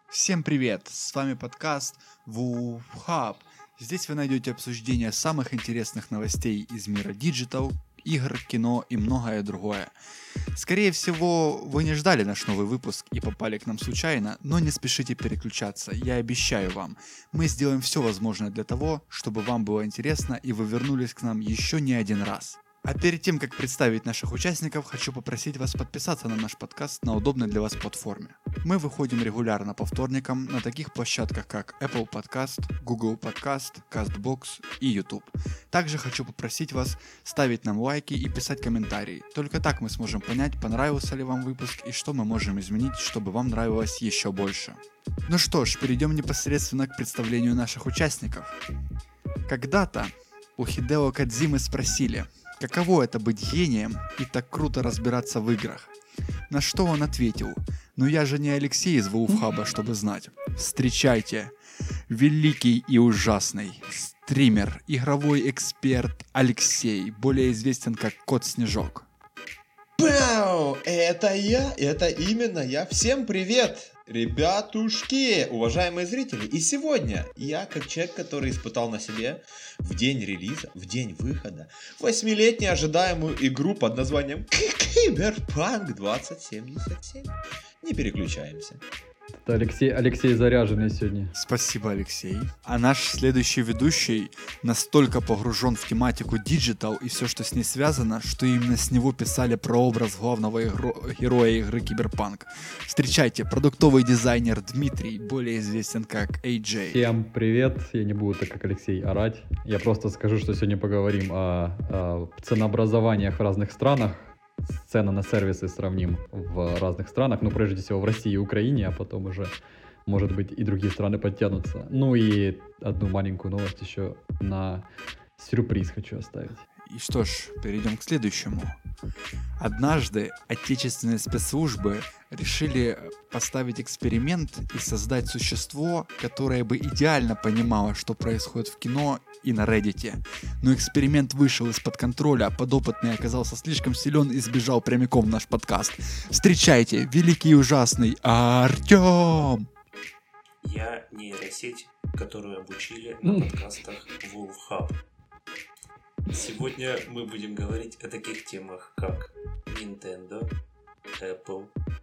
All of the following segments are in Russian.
Всем привет! С вами подкаст WooHub. Здесь вы найдете обсуждение самых интересных новостей из мира диджитал, игр, кино и многое другое. Скорее всего, вы не ждали наш новый выпуск и попали к нам случайно, но не спешите переключаться, я обещаю вам. Мы сделаем все возможное для того, чтобы вам было интересно и вы вернулись к нам еще не один раз. А перед тем, как представить наших участников, хочу попросить вас подписаться на наш подкаст на удобной для вас платформе. Мы выходим регулярно по вторникам на таких площадках, как Apple Podcast, Google Podcast, CastBox и YouTube. Также хочу попросить вас ставить нам лайки и писать комментарии. Только так мы сможем понять, понравился ли вам выпуск и что мы можем изменить, чтобы вам нравилось еще больше. Ну что ж, перейдем непосредственно к представлению наших участников. Когда-то у Хидео Кодзимы спросили, каково это быть гением и так круто разбираться в играх? На что он ответил: «Ну я же не Алексей из WooHub, чтобы знать. Встречайте, великий и ужасный стример, игровой эксперт Алексей, более известен как Кот Снежок». Пау! Это я, это именно я. Всем привет, ребятушки, уважаемые зрители. И сегодня я, как человек, который испытал на себе в день релиза, в день выхода, 8-летнюю ожидаемую игру под названием Cyberpunk 2077. Не переключаемся. Это Алексей заряженный сегодня. Спасибо, Алексей. А наш следующий ведущий настолько погружен в тематику диджитал и все, что с ней связано, что именно с него писали прообраз главного героя игры Cyberpunk. Встречайте, продуктовый дизайнер Дмитрий, более известен как AJ. Всем привет, я не буду так, как Алексей, орать. Я просто скажу, что сегодня поговорим о ценообразованиях в разных странах. Цены на сервисы сравним в разных странах, ну, прежде всего в России и Украине, а потом уже, может быть, и другие страны подтянутся. Ну и одну маленькую новость еще на сюрприз хочу оставить. И что ж, перейдем к следующему. Однажды отечественные спецслужбы решили поставить эксперимент и создать существо, которое бы идеально понимало, что происходит в кино и на Reddit. Но эксперимент вышел из-под контроля, а подопытный оказался слишком силен и сбежал прямиком в наш подкаст. Встречайте, великий и ужасный Артём! Я нейросеть, которую обучили на подкастах WooHub. Сегодня мы будем говорить о таких темах, как Nintendo, Apple,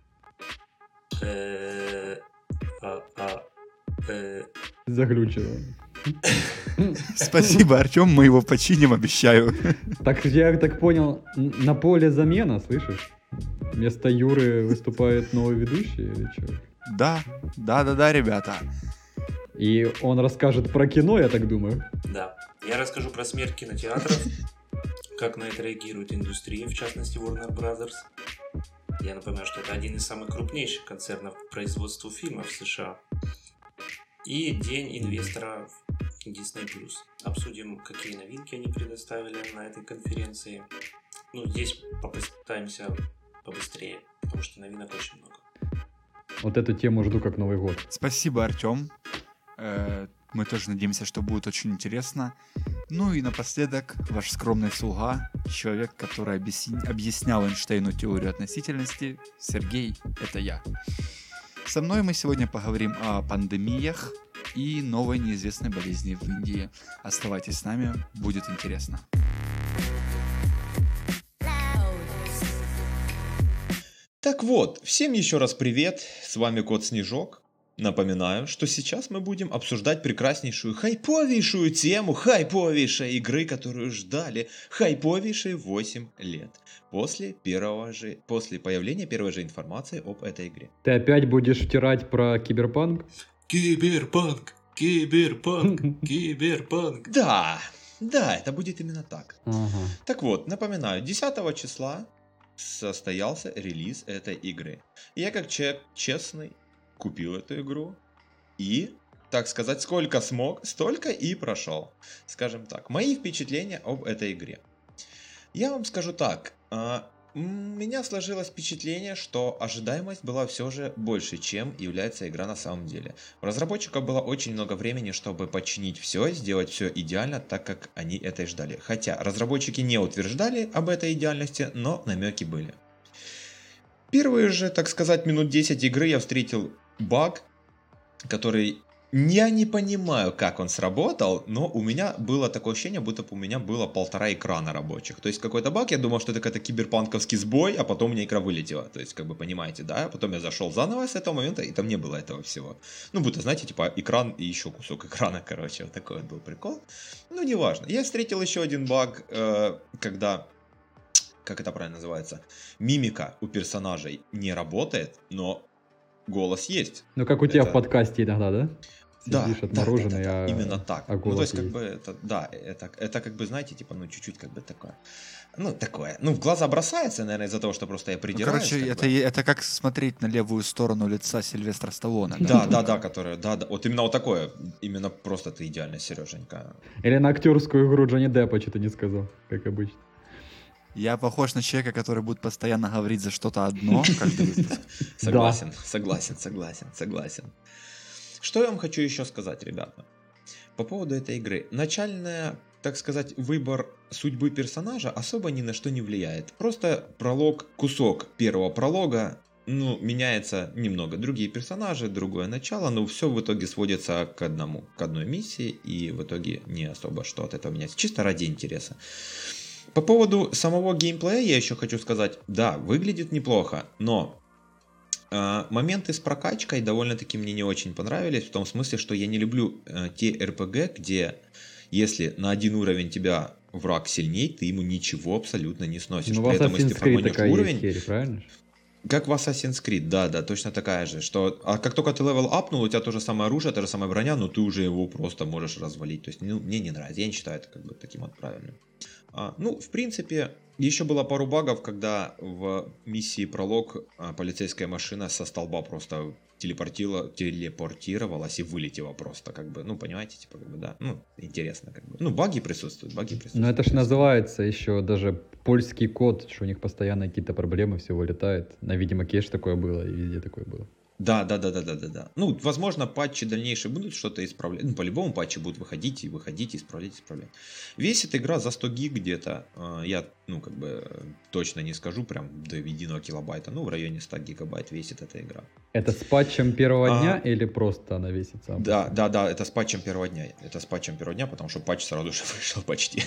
Заглючило. Спасибо, Артём, мы его починим, обещаю. Так я так понял, на поле замена, слышишь? Вместо Юры выступает новый ведущий или что? Да, ребята. И он расскажет про кино, я так думаю. Да, я расскажу про смерть кинотеатров, как на это реагирует индустрия, в частности Warner Brothers. Я напоминаю, что это один из самых крупнейших концернов по производству фильмов в США. И День инвестора в Disney+. Обсудим, какие новинки они предоставили на этой конференции. Ну, здесь попытаемся побыстрее, потому что новинок очень много. Вот эту тему жду как Новый год. Спасибо, Артём. Мы тоже надеемся, что будет очень интересно. Ну и напоследок, ваш скромный слуга, человек, который объяснял Эйнштейну теорию относительности, Сергей, это я. Со мной мы сегодня поговорим о пандемиях и новой неизвестной болезни в Индии. Оставайтесь с нами, будет интересно. Так вот, всем еще раз привет, с вами Кот Снежок. Напоминаю, что сейчас мы будем обсуждать прекраснейшую, хайповейшую тему хайповейшей игры, которую ждали хайповейшие 8 лет. После появления первой же информации об этой игре. Ты опять будешь втирать про Киберпанк? Киберпанк! Да, это будет именно так. Ага. Так вот, напоминаю, 10 числа состоялся релиз этой игры. Я как человек честный купил эту игру и, так сказать, сколько смог, столько и прошел. Скажем так, мои впечатления об этой игре. Я вам скажу так, у меня сложилось впечатление, что ожидаемость была все же больше, чем является игра на самом деле. У разработчиков было очень много времени, чтобы починить все, сделать все идеально, так как они это и ждали. Хотя разработчики не утверждали об этой идеальности, но намеки были. Первые же, так сказать, минут 10 игры я встретил баг, который я не понимаю, как он сработал, но у меня было такое ощущение, будто бы у меня было 1,5 экрана рабочих. То есть какой-то баг, я думал, что это какой-то киберпанковский сбой, а потом у меня игра вылетела. То есть, как бы, понимаете, да? Потом я зашел заново с этого момента, и там не было этого всего. Ну, будто, знаете, типа экран и еще кусок экрана, короче. Вот такой вот был прикол. Ну, неважно. Я встретил еще один баг, когда... Как это правильно называется? Мимика у персонажей не работает, но голос есть. Ну, как у тебя в подкасте иногда, да? Да, Сидишь отмороженный, да, именно так. а Ну, то голос есть, как есть. бы, это как бы, знаете, типа, ну, чуть-чуть как бы такое. Ну, такое. Ну, в глаза бросается, наверное, из-за того, что просто я Ну, придираюсь. короче, как это, бы. это как смотреть на левую сторону лица Сильвестра Сталлоне. Да, которое, да, вот именно вот такое, именно просто ты идеально, Сереженька. Или на актерскую игру Джонни Деппа, что ты не сказал, как обычно. Я похож на человека, который будет постоянно говорить за что-то одно, каждый выпуск. Согласен. Что я вам хочу еще сказать, ребята, по поводу этой игры. Начальная, так сказать, выбор судьбы персонажа особо ни на что не влияет. Просто пролог, кусок первого пролога, ну, меняется немного. Другие персонажи, другое начало, но все в итоге сводится к одной миссии, и в итоге не особо что от этого меняется. Чисто ради интереса. По поводу самого геймплея я еще хочу сказать, да, выглядит неплохо, но моменты с прокачкой довольно-таки мне не очень понравились, в том смысле, что я не люблю те РПГ, где если на один уровень тебя враг сильней, ты ему ничего абсолютно не сносишь. Ну, в При этом, если Assassin's ты Creed погонишь такая уровень, есть херь, правильно? как в Assassin's Creed, да, точно такая же, что как только ты левел апнул, у тебя то же самое оружие, та же самая броня, но ты уже его просто можешь развалить. То есть, ну, мне не нравится, я не считаю это как бы таким вот правильным. Ну, в принципе, еще было пару багов, когда в миссии пролог полицейская машина со столба просто телепортировалась и вылетела просто, как бы, ну, понимаете, типа, как бы, да, ну, интересно, как бы, ну, баги присутствуют. Ну, это ж называется еще даже польский код, что у них постоянно какие-то проблемы, все вылетает. На Ведьмаке ж такое было, и везде такое было. Да. Ну, возможно, патчи дальнейшие будут что-то исправлять. Ну, по-любому патчи будут выходить, исправлять. Весит игра за 100 гиг где-то. Я, ну, как бы, точно не скажу прям до единого килобайта. Ну, в районе 100 гигабайт весит эта игра. Это с патчем первого дня или просто она весит сам? Да, это с патчем первого дня. Потому что патч сразу же вышел почти.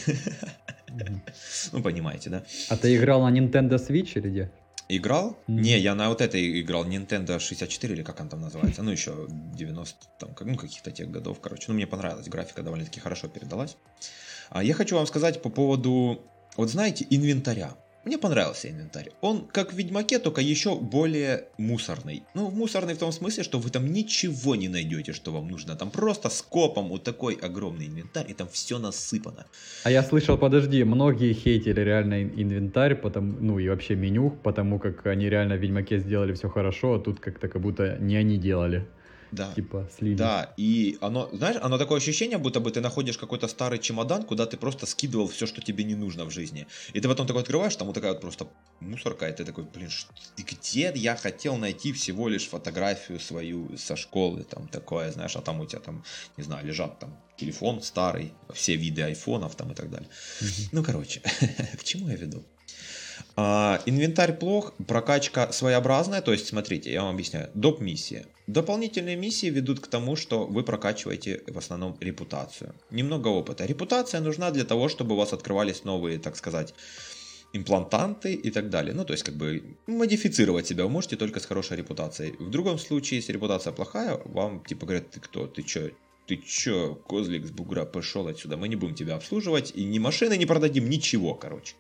Ну, понимаете, да? А ты играл на Nintendo Switch или где? Играл? Не, я на вот этой играл, Nintendo 64 или как он там называется, ну еще 90, там, ну каких-то тех годов, короче. Ну мне понравилось, графика довольно-таки хорошо передалась. Я хочу вам сказать по поводу, вот знаете, инвентаря. Мне понравился инвентарь. Он как в Ведьмаке, только еще более мусорный. Ну, мусорный в том смысле, что вы там ничего не найдете, что вам нужно. Там просто скопом вот такой огромный инвентарь, и там все насыпано. А я слышал, подожди, многие хейтили реально инвентарь, ну и вообще меню, потому как они реально в Ведьмаке сделали все хорошо, а тут как будто не они делали. Да. Типа слили. Да, и оно, знаешь, оно такое ощущение, будто бы ты находишь какой-то старый чемодан, куда ты просто скидывал все, что тебе не нужно в жизни. И ты потом такой открываешь, там вот такая вот просто мусорка, и ты такой, блин, где я хотел найти всего лишь фотографию свою со школы, там такое, знаешь, а там у тебя там, не знаю, лежат там телефон старый, все виды айфонов там и так далее. Ну, короче, к чему я веду? Инвентарь плох, прокачка своеобразная, то есть, смотрите, я вам объясняю, доп-миссии. Дополнительные миссии ведут к тому, что вы прокачиваете в основном репутацию. Немного опыта. Репутация нужна для того, чтобы у вас открывались новые, так сказать, имплантанты и так далее. Ну, то есть, как бы, модифицировать себя вы можете только с хорошей репутацией. В другом случае, если репутация плохая, вам, типа, говорят, ты кто, ты чё, козлик с бугра, пошел отсюда, мы не будем тебя обслуживать, и ни машины не продадим, ничего, короче.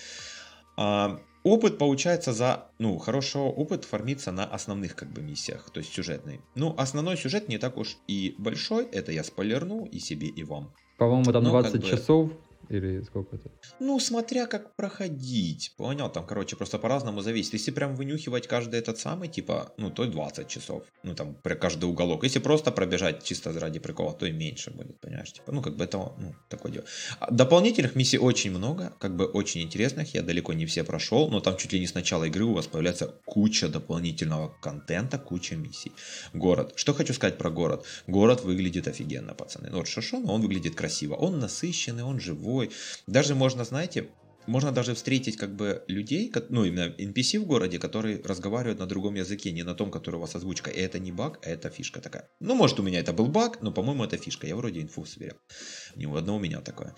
Опыт получается хороший опыт формится на основных как бы миссиях, то есть сюжетный. Ну, основной сюжет не так уж и большой, это я спойлерну и себе, и вам. По-моему, там 20 часов или сколько это? Ну, смотря как проходить, понял, там, короче, просто по-разному зависит. Если прям вынюхивать каждый этот самый, типа, ну, то 20 часов, ну, там, про каждый уголок. Если просто пробежать чисто ради прикола, то и меньше будет, понимаешь, типа, ну, как бы это, ну, такое дело. Дополнительных миссий очень много, как бы очень интересных, я далеко не все прошел, но там чуть ли не с начала игры у вас появляется куча дополнительного контента, куча миссий. Город. Что хочу сказать про город? Город выглядит офигенно, пацаны. Ну, вот шо, но он выглядит красиво, он насыщенный, он живой. Даже можно, знаете, можно даже встретить как бы людей, ну именно NPC в городе, которые разговаривают на другом языке, не на том, который у вас озвучка. И это не баг, а это фишка такая. Ну, может, у меня это был баг, но, по-моему, это фишка. Я вроде инфу сверял. Не у одного у меня такое.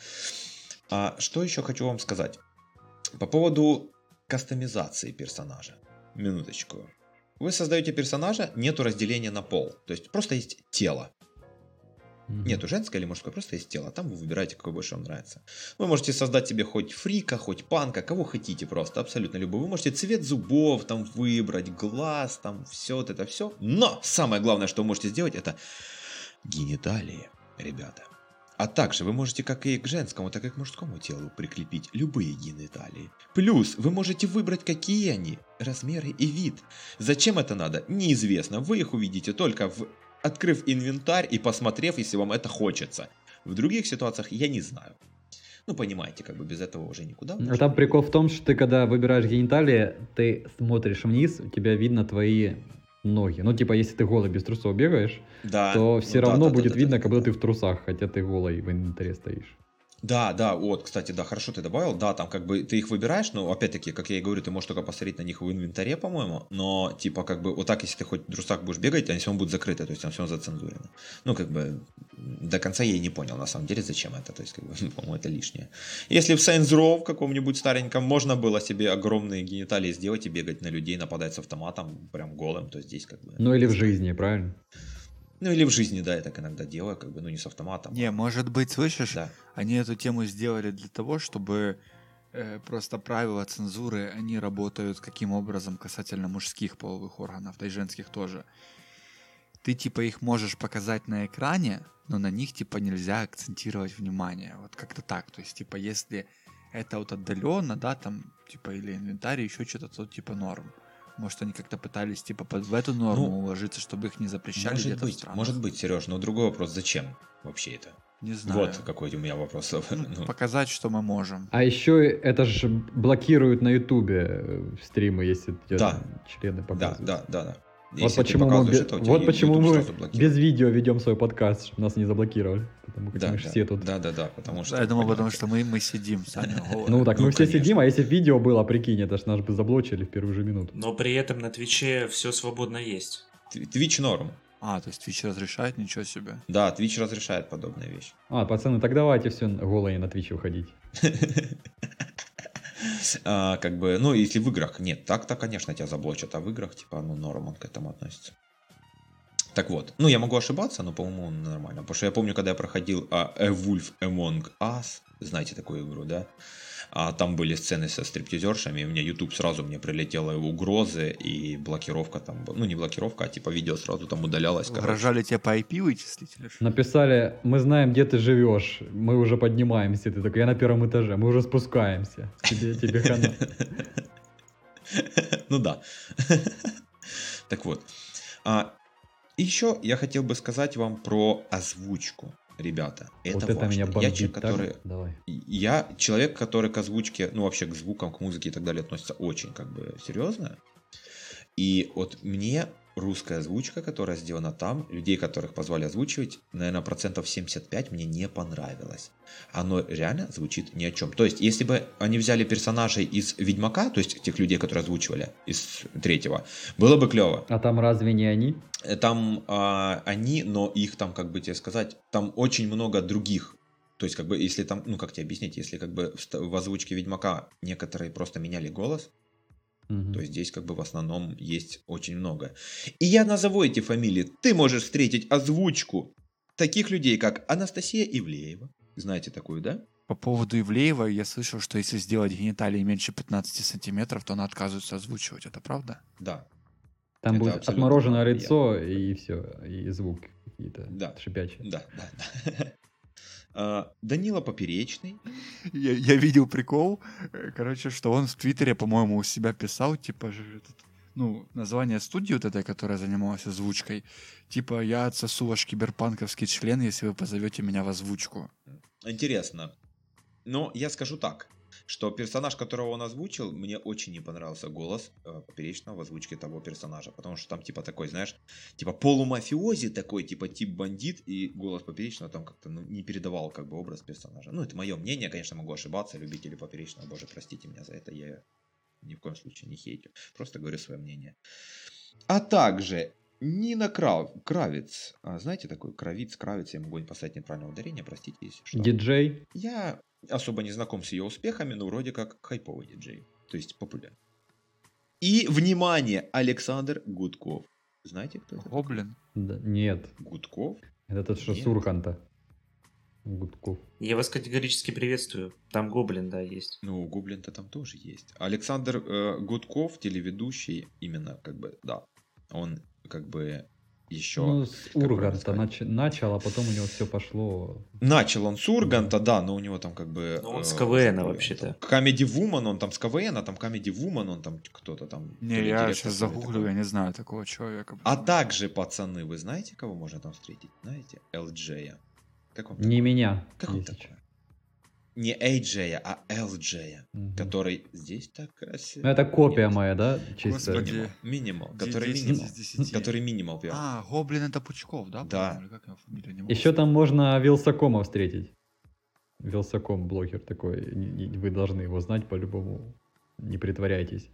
А что еще хочу вам сказать? По поводу кастомизации персонажа. Минуточку. Вы создаете персонажа, нету разделения на пол. То есть просто есть тело. Нету женское или мужское, просто есть тело. Там вы выбираете, какой больше вам нравится. Вы можете создать себе хоть фрика, хоть панка, кого хотите просто, абсолютно любой. Вы можете цвет зубов там выбрать, глаз, там все вот это все. Но самое главное, что вы можете сделать, это гениталии, ребята. А также вы можете как и к женскому, так и к мужскому телу прикрепить любые гениталии. Плюс вы можете выбрать, какие они, размеры и вид. Зачем это надо, неизвестно. Вы их увидите только открыв инвентарь и посмотрев, если вам это хочется. В других ситуациях я не знаю. Ну, понимаете, как бы без этого уже никуда. А там прикол в том, что ты когда выбираешь гениталии, ты смотришь вниз, у тебя видно твои ноги. Ну, типа, если ты голый без трусов бегаешь, да, то все равно будет видно, как будто да. ты в трусах, хотя ты голый в инвентаре стоишь. Да, вот, кстати, да, хорошо ты добавил, да, там как бы ты их выбираешь, но опять-таки, как я и говорю, ты можешь только посмотреть на них в инвентаре, по-моему, но типа как бы вот так, если ты хоть в трусах будешь бегать, они все равно будут закрыты, то есть там все зацензурено. Ну, как бы до конца я и не понял, на самом деле, зачем это, то есть, как бы, по-моему, это лишнее. Если в Saints Row в каком-нибудь стареньком можно было себе огромные гениталии сделать и бегать на людей, нападать с автоматом, прям голым, то здесь как бы... Ну, или в жизни, правильно? Ну, или в жизни, да, я так иногда делаю, как бы, ну, не с автоматом. Не, может быть, слышишь, Да. они эту тему сделали для того, чтобы просто правила цензуры, они работают каким образом касательно мужских половых органов, да и женских тоже. Ты, типа, их можешь показать на экране, но на них, типа, нельзя акцентировать внимание. Вот как-то так. То есть, типа, если это вот отдаленно, да, там, типа, или инвентарь, еще что-то, то, типа, норм. Может, они как-то пытались, типа, в эту норму уложиться, чтобы их не запрещали где-то в странах. Может быть, Сереж, но другой вопрос, зачем вообще это? Не знаю. Вот какой у меня вопрос. Показать, что мы можем. А еще это же блокируют на Ютубе стримы, если Да. члены показывают. Да. Вот почему мы без видео ведем свой подкаст, чтобы нас не заблокировали. Потому как мы все тут... Да, потому что... Я думал, потому что мы сидим сами голые. Ну так, мы все сидим, а если видео было, прикинь, это ж нас бы заблочили в первую же минуту. Но при этом на Твиче все свободно есть. Twitch норм. А, то есть Twitch разрешает, ничего себе. Да, Twitch разрешает подобные вещи. Пацаны, так давайте все голые на Twitch выходить. Как бы, ну, если в играх нет, так-то, конечно, тебя заблочат, а в играх, типа, ну, норм он к этому относится. Так вот, ну, я могу ошибаться, но, по-моему, нормально. Потому что я помню, когда я проходил A Wolf Among Us, знаете такую игру, да? Там были сцены со стриптизершами, и у меня YouTube сразу мне прилетело угрозы, и блокировка там, ну, не блокировка, а типа видео сразу там удалялось. Угрожали тебе по IP вычислить или что? Написали, мы знаем, где ты живешь, мы уже поднимаемся. Ты такой, я на первом этаже, мы уже спускаемся. Тебе хана. Ну да. Так вот. Еще я хотел бы сказать вам про озвучку. Ребята, это вот важно. Это меня бомбит, я человек, который... Давай. Я человек, который к озвучке, ну вообще к звукам, к музыке и так далее относится очень как бы серьезно. И вот мне русская озвучка, которая сделана там, людей, которых позвали озвучивать, наверное, 75% мне не понравилось. Оно реально звучит ни о чем. То есть, если бы они взяли персонажей из Ведьмака, то есть тех людей, которые озвучивали из третьего, было бы клево. А там разве не они? Там они, но их там, как бы тебе сказать, там очень много других. То есть, как бы, если там, ну, как тебе объяснить, если как бы в озвучке Ведьмака некоторые просто меняли голос, то здесь как бы в основном есть очень много. И я назову эти фамилии. Ты можешь встретить озвучку таких людей, как Анастасия Ивлеева. Знаете такую, да? По поводу Ивлеева я слышал, что если сделать гениталии меньше 15 сантиметров, то она отказывается озвучивать. Это правда? Да. Там это будет отмороженное лицо и все, и звук какие-то шипячие. Да. Данила Поперечный. Я видел прикол, короче, что он в Твиттере, по-моему, у себя писал, типа, название студии вот этой, которая занималась озвучкой, типа, я отсосу ваш киберпанковский член, если вы позовете меня в озвучку. Интересно. Но я скажу так. что персонаж, которого он озвучил, мне очень не понравился голос Поперечного в озвучке того персонажа, потому что там типа такой, знаешь, типа полумафиози такой, типа тип бандит, и голос Поперечного там как-то не передавал как бы образ персонажа. Ну, это мое мнение, конечно, могу ошибаться, любители Поперечного, боже, простите меня за это, я ни в коем случае не хейтю, просто говорю свое мнение. А также Нина Кравец. Знаете такой? Кравец, я могу не поставить неправильное ударение, простите, если что. Диджей. Я особо не знаком с ее успехами, но вроде как хайповый диджей. То есть популярный. И, внимание, Александр Гудков. Знаете, кто это? Гоблин. Да, нет. Гудков? Это тот, что Нет. Сурханта. Гудков. Я вас категорически приветствую. Там гоблин, да, есть. Ну, Гоблин-то там тоже есть. Александр Гудков, телеведущий, именно как бы, да. Он как бы еще... Ну, с как правильно Урганта сказать? начал, а потом у него все пошло. Начал он с Урганта, да, но у него там как бы... Ну, он с уже КВН был, вообще-то. Comedy Woman, он там с КВН, там Comedy Woman, он там кто-то там... то Не, ли я директор, сейчас то ли загуглю, такой. я не знаю такого человека. А также, пацаны, вы знаете, кого можно там встретить? Знаете? LJ. Как вам Не такое? меня. Как вам если такое? Не AJ, а LJ, Мгм. который здесь так красиво. Ну, это копия Нет. моя, да? Чисто. Господи. Минимал, Де- который 10 минимал. из 10. Который минимал пел. А, Гоблин это Пучков, да? Да. по-моему, или как его фамилия? Не могу Еще там вспомнить. можно Вилсакома встретить. Вилсаком блогер такой. Вы должны его знать по-любому. Не притворяйтесь.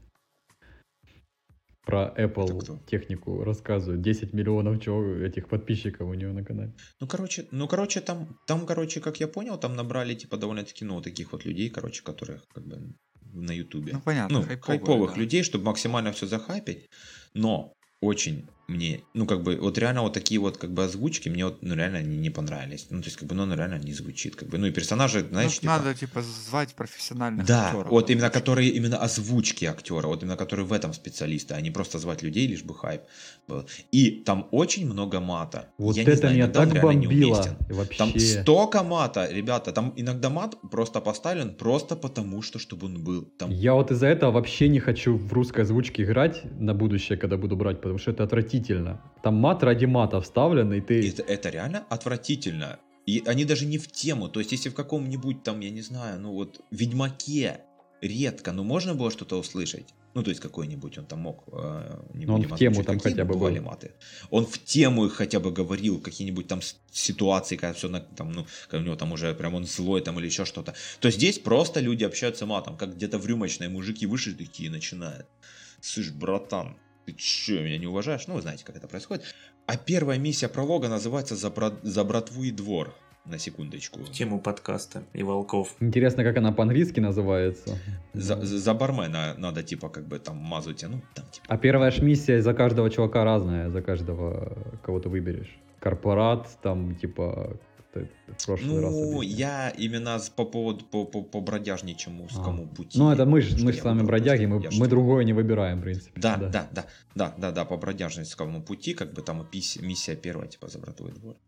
Про Apple кто? технику рассказывают. 10 миллионов этих подписчиков у него на канале. Ну, короче, там, короче, как я понял, там набрали, типа, довольно-таки, ну, таких вот людей, короче, которых, как бы, на Ютубе. Ну, понятно, Ну, хайповые, хайповых да. людей, чтобы максимально все захайпить. Но очень мне, ну, как бы, вот реально вот такие вот, как бы, озвучки мне вот, ну, реально не понравились. Ну, то есть, как бы, ну, он реально не звучит, как бы. Ну, и персонажи, Ну, знаешь, типа... надо, типа, звать профессиональных Да, актеров. вот именно озвучки. которые именно озвучки актера, вот именно которые в этом специалисты, а не просто звать людей, лишь бы хайп был. И там очень много мата. Вот Я это не знаю, меня иногда он так реально бомбило. неуместен. Вообще. Там столько мата, ребята, там иногда мат просто поставлен просто потому, что чтобы он был. Там... Я вот из-за этого вообще не хочу в русской озвучке играть на будущее, когда буду брать, потому что это отвратительно. Там мат ради мата вставлен, и ты... Это реально отвратительно. И они даже не в тему. То есть, если в каком-нибудь там, я не знаю, ну вот, Ведьмаке редко, ну можно было что-то услышать. Ну, то есть, какой-нибудь он там мог... не Но он будем в тему озвучивать, там какие хотя бы бывали был. маты. Он в тему их хотя бы говорил, какие-нибудь там ситуации, когда все там, ну, когда у него там уже прям он злой там или еще что-то. То здесь просто люди общаются матом, как где-то в рюмочной мужики вышли такие и начинают. Слышь, братан, ты че, меня не уважаешь? Ну, вы знаете, как это происходит. А первая миссия пролога называется «За братву и двор». На секундочку. В тему подкаста и волков. Интересно, как она по-английски называется. За бармена надо, типа, как бы там мазать, ну, там, типа. А первая ж миссия за каждого чувака разная, за каждого, кого ты выберешь. Корпорат, там, типа, ты в прошлый раз Ну, объяснял. я именно по поводу, по бродяжничему узкому пути. Ну, это мы ж Потому что с я вами выбрал бродяги, просто- я мы ж- другое не выбираем, в принципе. Да, по бродяжническому пути, как бы там миссия первая, типа, за братву и двор.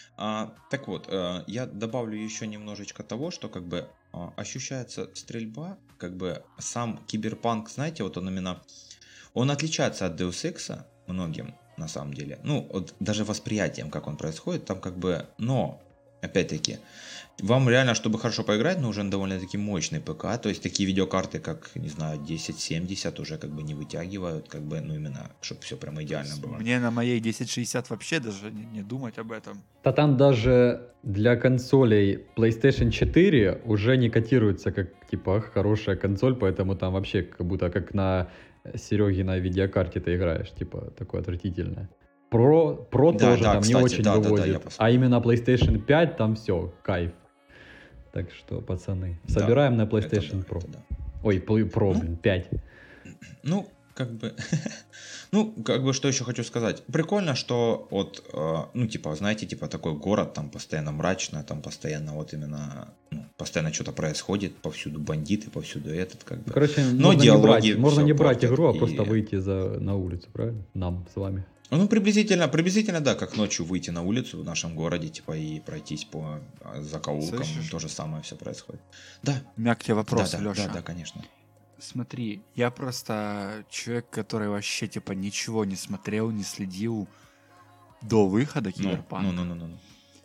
Так вот, я добавлю еще немножечко того, что как бы ощущается стрельба, как бы сам киберпанк, знаете, вот он именно, он отличается от Deus Ex многим, на самом деле. Ну, вот даже восприятием, как он происходит, там как бы, но, опять-таки, вам реально, чтобы хорошо поиграть, нужен довольно-таки мощный ПК, то есть такие видеокарты, как, не знаю, 1070 уже как бы не вытягивают, как бы, ну, именно, чтобы все прямо идеально было. Мне на моей 1060 вообще даже не думать об этом. Да там даже для консолей PlayStation 4 уже не котируется как, типа, хорошая консоль, поэтому там вообще как будто как на Серегиной видеокарте ты играешь, типа, такое отвратительное. Про Да, тоже да, там кстати, не очень да, я вывозит, посмотрел. а именно PlayStation 5 там все, кайф. Так что, пацаны, Да, собираем на это PlayStation да, Pro. это да. Ой, Pro, Ну, блин, 5. Ну, как бы, ну, как бы, что еще хочу сказать. Прикольно, что вот, ну, типа, знаете, типа, такой город, там постоянно мрачно, там постоянно вот именно, ну, постоянно что-то происходит, повсюду бандиты, повсюду этот, как бы. Короче, Но можно диалоги можно всё не брать портят, игру, а и- просто выйти на улицу, правильно? Нам с вами. Ну, приблизительно, да, как ночью выйти на улицу в нашем городе, типа, и пройтись по закоулкам, Слышишь? то же самое все происходит. Да, Мягкий вопрос, да, Леша. да, конечно. Смотри, я просто человек, который вообще, типа, ничего не смотрел, не следил до выхода Ну, Киберпанка. ну.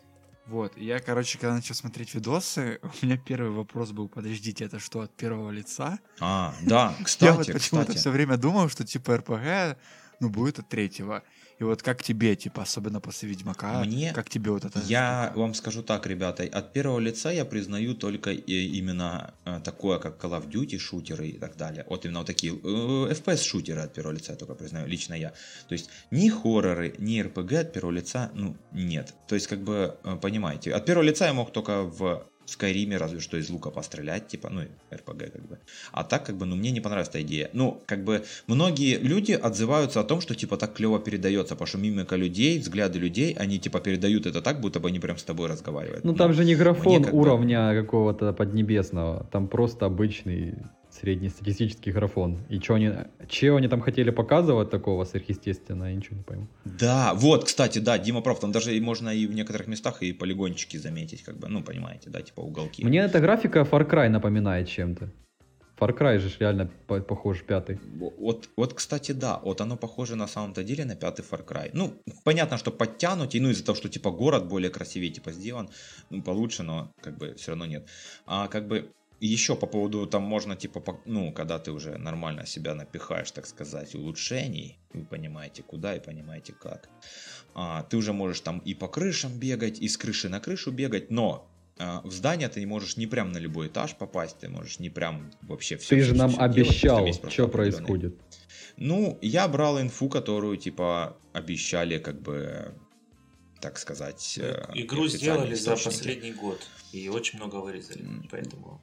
Вот, и я, короче, когда начал смотреть видосы, у меня первый вопрос был, подождите, это что, от первого лица? А, да, Я вот кстати, почему-то кстати. все время думал, что типа РПГ, ну, будет от третьего. И вот как тебе, типа, особенно после Ведьмака, Мне, как тебе вот эта я штука? вам скажу так, ребята, от первого лица я признаю только именно такое, как Call of Duty шутеры и так далее. Вот именно вот такие FPS шутеры от первого лица я только признаю, лично я. То есть ни хорроры, ни RPG от первого лица, ну, нет. То есть, как бы, понимаете, от первого лица я мог только в Скайриме разве что из лука пострелять, типа, ну, РПГ как бы. А так, как бы, ну, мне не понравилась эта идея. Ну, как бы, многие люди отзываются о том, что, типа, так клево передается, потому что мимика людей, взгляды людей, они, типа, передают это так, будто бы они прям с тобой разговаривают. Ну Но там же не графон мне как бы- уровня какого-то поднебесного, там просто обычный среднестатистический графон. И че они там хотели показывать такого сверхъестественного, я ничего не пойму. Да, вот, кстати, да, Дима прав, там даже можно и в некоторых местах и полигончики заметить, как бы, ну, понимаете, да, типа уголки. Мне эта графика Far Cry напоминает чем-то. Far Cry же ж реально похож пятый. Вот, кстати, да, вот оно похоже на самом-то деле на пятый Far Cry. Ну, понятно, что подтянуть, и ну из-за того, что типа город более красивее типа сделан, ну, получше, но как бы все равно нет. А как бы еще по поводу, там можно типа, ну, когда ты уже нормально себя напихаешь, так сказать, улучшений, вы понимаете куда и понимаете как, ты уже можешь там и по крышам бегать, и с крыши на крышу бегать, но в здание ты можешь не прям на любой этаж попасть, ты можешь не прям вообще все. Ты же нам обещал, что что происходит. Ну, я брал инфу, которую, типа, обещали, как бы, так сказать, Игру официальные сделали за источники. последний год, и очень много вырезали, поэтому...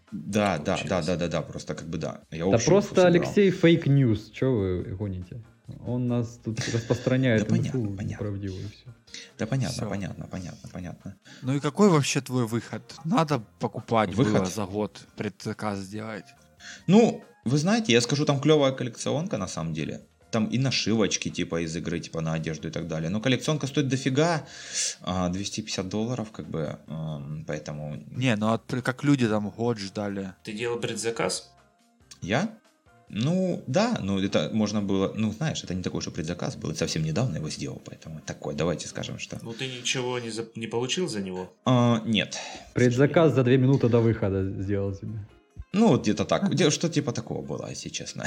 Да, просто как бы да. Я Да общую инфу просто собирал. Алексей фейк-ньюс, что вы гоните? Он нас тут распространяет Да инфу понятно. неправдивую и все. Да понятно, Всё. понятно. Ну и какой вообще твой выход? Надо покупать Выход? было за год, предзаказ сделать. Ну, вы знаете, я скажу, там клевая коллекционка на самом деле. Там и нашивочки, типа, из игры, типа, на одежду и так далее. Но коллекционка стоит дофига, $250, как бы, поэтому... Не, ну как люди там год ждали. Ты делал предзаказ? Я? Ну, да, ну, это можно было... Ну, знаешь, это не такой уж и предзаказ был, это совсем недавно его сделал, поэтому такой, давайте скажем, что... Ну ты ничего не получил за него? Нет. Предзаказ за 2 минуты до выхода сделал себе. Ну, вот где-то так, что типа такого было, если честно.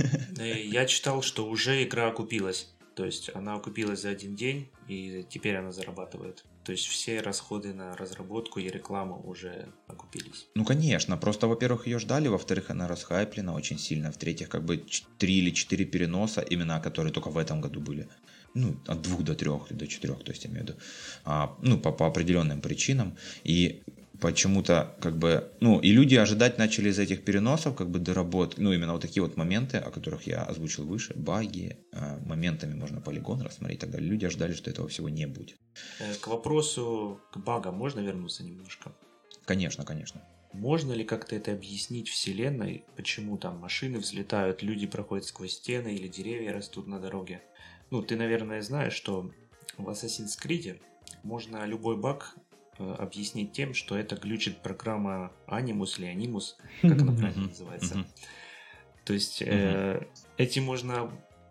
Я читал, что уже игра окупилась. То есть она окупилась за один день, и теперь она зарабатывает. То есть все расходы на разработку и рекламу уже окупились. Ну, конечно, просто, во-первых, ее ждали, во-вторых, она расхайплена очень сильно, в-третьих, как бы 3 или 4 переноса, именно которые только в этом году были. Ну, от 2 до 3, до 4, то есть я имею в виду. Ну, по определенным причинам. И почему-то, как бы, ну, и люди ожидать начали из этих переносов, как бы, доработки, ну, именно вот такие вот моменты, о которых я озвучил выше, баги, моментами можно полигон рассмотреть и так далее. Люди ожидали, что этого всего не будет. К вопросу к багам можно вернуться немножко? Конечно. Можно ли как-то это объяснить вселенной, почему там машины взлетают, люди проходят сквозь стены или деревья растут на дороге? Ну, ты, наверное, знаешь, что в Assassin's Creed можно любой баг объяснить тем, что это глючит программа Animus или Animus, как она правильно называется. То есть этим можно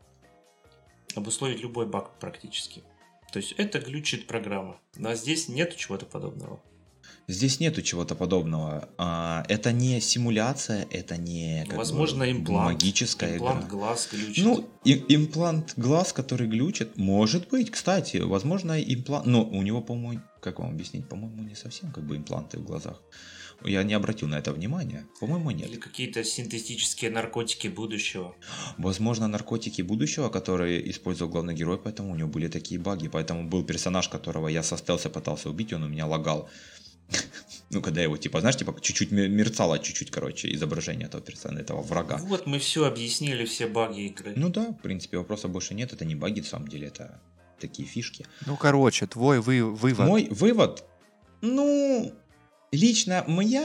обусловить любой баг практически. То есть это глючит программа. Но здесь нет чего-то подобного. Здесь нету чего-то подобного. Это не симуляция, это не возможно, имплант. Магическая имплант игра. глаз глючит. Ну, имплант глаз, который глючит, может быть, кстати, возможно, имплант. Но у него, по-моему, как вам объяснить, по-моему, не совсем как бы импланты в глазах. Я не обратил на это внимания. По-моему, нет. Или какие-то синтетические наркотики будущего. Возможно, наркотики будущего, которые использовал главный герой, поэтому у него были такие баги. Поэтому был персонаж, которого я со стелса пытался убить, он у меня лагал. Ну, когда его, типа, знаешь, типа, чуть-чуть мерцало, чуть-чуть, короче, изображение этого персонажа, этого врага. Вот мы все объяснили, все баги игры. Ну да, в принципе, вопроса больше нет. Это не баги, на самом деле, это такие фишки. Ну, короче, твой вывод. Мой вывод, ну, лично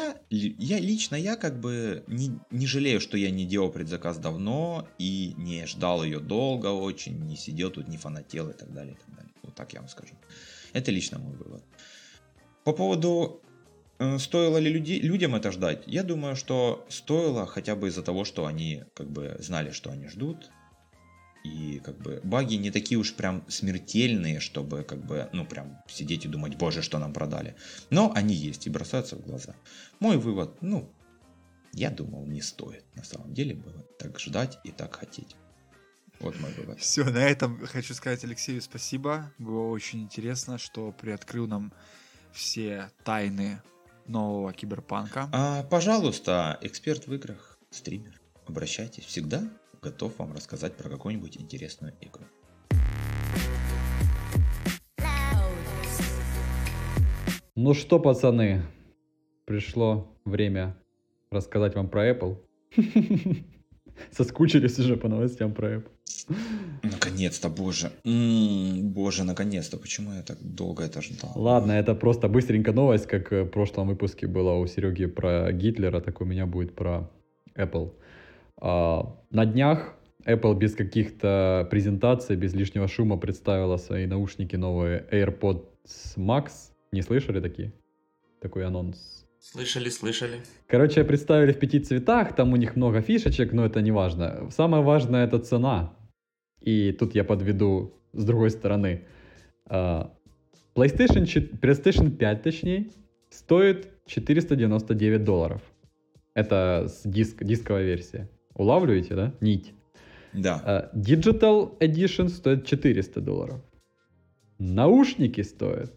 я как бы не жалею, что я не делал предзаказ давно и не ждал ее долго очень, не сидел тут, не фанател и так далее, и так далее. Вот так я вам скажу. Это лично мой вывод. По поводу, стоило ли людям это ждать, я думаю, что стоило хотя бы из-за того, что они как бы знали, что они ждут. И как бы баги не такие уж прям смертельные, чтобы как бы, ну прям сидеть и думать, боже, что нам продали. Но они есть и бросаются в глаза. Мой вывод, ну, я думал, не стоит на самом деле было так ждать и так хотеть. Вот мой вывод. Все, на этом хочу сказать Алексею спасибо. Было очень интересно, что приоткрыл нам все тайны нового киберпанка. Пожалуйста, эксперт в играх, стример, обращайтесь. Всегда готов вам рассказать про какую-нибудь интересную игру. Ну что, пацаны, пришло время рассказать вам про Apple. Соскучились уже по новостям про Apple. Наконец-то, боже. Боже, наконец-то. Почему я так долго это ждал? Ладно, это просто быстренько новость, как в прошлом выпуске было у Сереги про Гитлера, так у меня будет про Apple. На днях Apple без каких-то презентаций, без лишнего шума представила свои наушники новые AirPods Max. Не слышали такие? Такой анонс. Слышали. Короче, представили в 5 цветах, там у них много фишечек, но это не важно. Самое важное — это цена. И тут я подведу с другой стороны. PlayStation 5, точнее, стоит $499. Это дисковая версия. Улавливаете, да? Нить. Да. Digital Edition стоит $400. Наушники стоят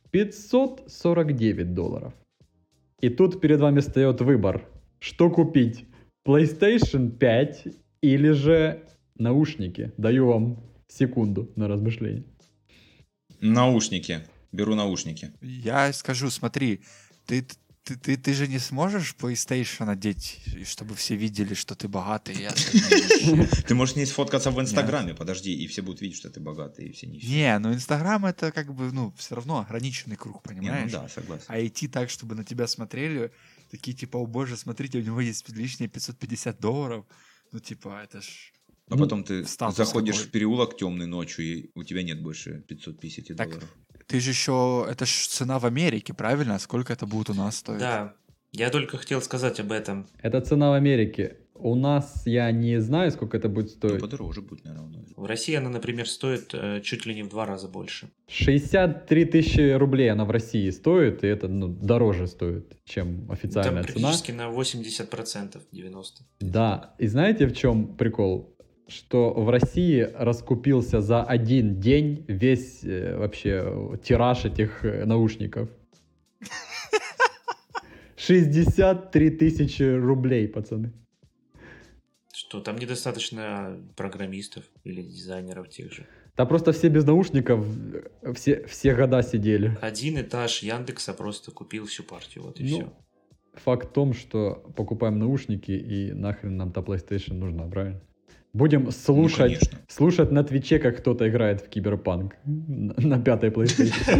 $549. И тут перед вами встает выбор, что купить, PlayStation 5 или же наушники. Даю вам секунду на размышление. Наушники. Беру наушники. Я скажу, смотри, ты же не сможешь PlayStation одеть, чтобы все видели, что ты богатый. Ты можешь не сфоткаться в Инстаграме, подожди, и все будут видеть, что ты богатый, и все не Не, ну Инстаграм это как бы, ну, все равно ограниченный круг, Не, понимаешь? ну да, согласен. А идти так, чтобы на тебя смотрели, такие типа, о боже, смотрите, у него есть лишние $550, ну типа, это ж... А потом ты статус заходишь такой. в переулок темный ночью, и у тебя нет больше $550. Так, ты же еще, это ж цена в Америке, правильно? Сколько это будет у нас стоить? Да, я только хотел сказать об этом. Это цена в Америке. У нас я не знаю, сколько это будет Ну, стоить. подороже будет, наверное. В России она, например, стоит чуть ли не в 2 раза больше. 63 тысячи рублей она в России стоит, и это дороже стоит, чем официальная Там цена. практически на 80%, 90%. Да, и знаете, в чем прикол? Что в России раскупился за один день весь вообще тираж этих наушников. 63 тысячи рублей, пацаны. Что там недостаточно программистов или дизайнеров тех же. Да просто все без наушников все года сидели. Один этаж Яндекса просто купил всю партию, вот и Ну, все. Факт в том, что покупаем наушники, и нахрен нам та PlayStation нужна, правильно? Будем слушать, конечно. слушать на Твиче, как кто-то играет в Киберпанк на 5-й PlayStation.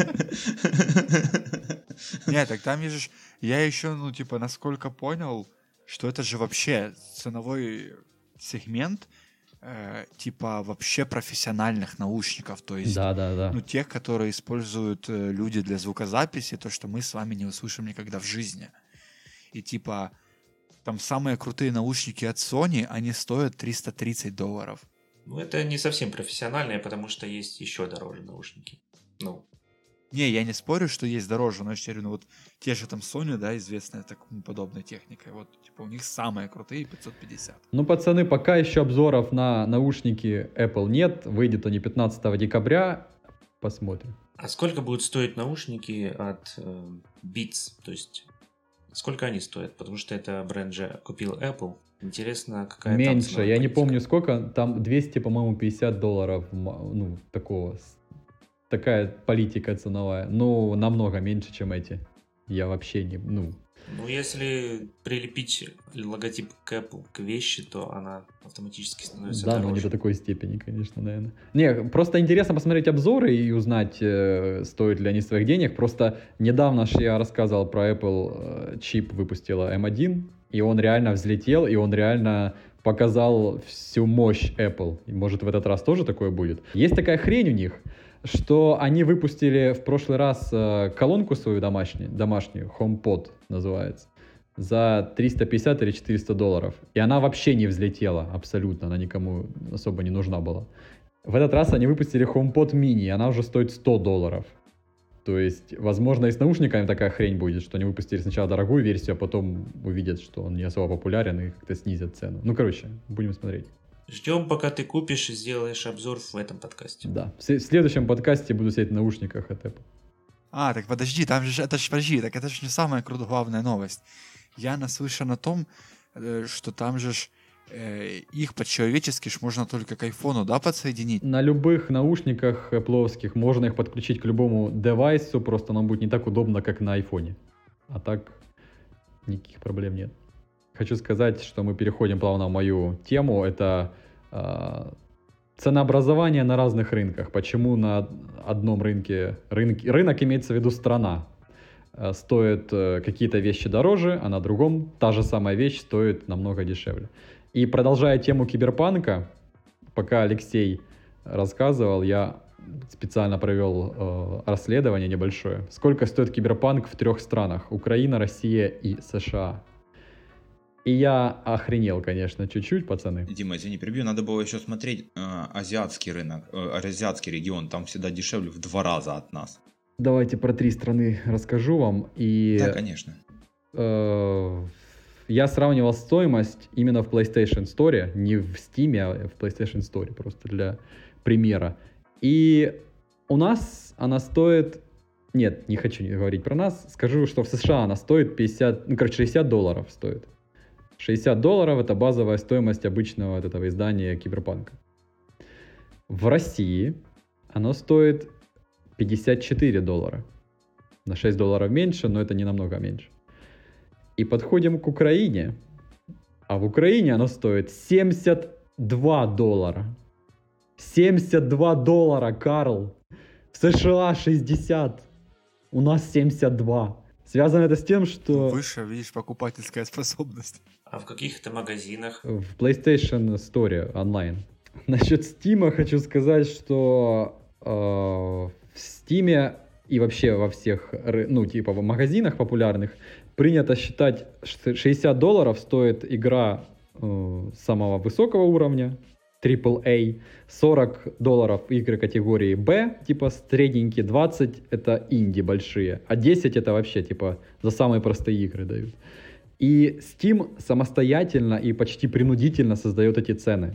Нет, так там же, я еще, ну, типа, насколько понял, что это же вообще ценовой сегмент, типа, вообще профессиональных наушников, то есть, Да. ну, тех, которые используют люди для звукозаписи, то, что мы с вами не услышим никогда в жизни. И, типа, там самые крутые наушники от Sony, они стоят $330. Ну, это не совсем профессиональное, потому что есть еще дороже наушники. Ну, Не, я не спорю, что есть дороже, но я говорю, ну вот те же там Sony, да, известная такой подобной техникой, вот, типа, у них самые крутые 550. Ну, пацаны, пока еще обзоров на наушники Apple нет. Выйдет они 15 декабря. Посмотрим. а сколько будут стоить наушники от Beats? То есть, сколько они стоят? Потому что это бренд же купил Apple. Интересно, какая там Меньше, ценовая я не политика. помню сколько. Там 200, по-моему, $50. Ну, такого. Такая политика ценовая. Ну, намного меньше, чем эти. Я вообще не... Ну, Ну, если прилепить логотип к Apple к вещи, то она автоматически становится да, но не дороже. до такой степени, конечно, наверное. Не, просто интересно посмотреть обзоры и узнать, стоят ли они своих денег. Просто недавно же я рассказывал про Apple, чип выпустила M1, и он реально взлетел, и он реально показал всю мощь Apple. И, может, в этот раз тоже такое будет. Есть такая хрень у них, что они выпустили в прошлый раз колонку свою домашнюю, HomePod называется. за 350 или 400 долларов. И она вообще не взлетела абсолютно, она никому особо не нужна была. В этот раз они выпустили HomePod mini, и она уже стоит 100 долларов. То есть, возможно, и с наушниками такая хрень будет, что они выпустили сначала дорогую версию, а потом увидят, что он не особо популярен и как-то снизят цену. Ну, короче, будем смотреть. Ждем, пока ты купишь и сделаешь обзор в этом подкасте. Да. В следующем подкасте буду сидеть в наушниках от Apple. Так подожди, там же, подожди, так это же не самая главная новость. Я наслышан о том, что там же их по-человечески можно только к айфону, да, подсоединить? На любых наушниках Apple'овских можно их подключить к любому девайсу, просто нам будет не так удобно, как на айфоне. А так никаких проблем нет. Хочу сказать, что мы переходим плавно в мою тему. Это ценообразование на разных рынках. Почему на одном рынок имеется в виду страна, стоят какие-то вещи дороже, а на другом та же самая вещь стоит намного дешевле. И продолжая тему киберпанка, пока Алексей рассказывал, я специально провел расследование небольшое. Сколько стоит киберпанк в 3 странах? Украина, Россия и США. И я охренел, конечно, чуть-чуть, пацаны. Дима, извини, перебью, надо было еще смотреть азиатский рынок, азиатский регион, там всегда дешевле в 2 раза от нас. Давайте про 3 страны расскажу вам. И, да, конечно. Я сравнивал стоимость именно в PlayStation Store, не в Steam, а в PlayStation Store, просто для примера. И у нас она стоит... Нет, не хочу говорить про нас. Скажу, что в США она стоит 60 долларов стоит. 60 долларов — это базовая стоимость обычного вот этого издания Киберпанка. В России оно стоит 54 доллара. На 6 долларов меньше, но это не намного меньше. И подходим к Украине. А в Украине оно стоит 72 доллара. 72 доллара, Карл. В США 60. У нас 72. Связано это с тем, что... Выше, видишь, покупательская способность. А в каких это магазинах? В PlayStation Store онлайн. Насчет Steam хочу сказать, что в Steam и вообще во всех, ну, типа в магазинах популярных принято считать, что 60 долларов стоит игра самого высокого уровня, AAA, 40 долларов игры категории B, типа средненькие, 20 это инди большие, а 10 это вообще типа за самые простые игры дают. И Steam самостоятельно и почти принудительно создает эти цены.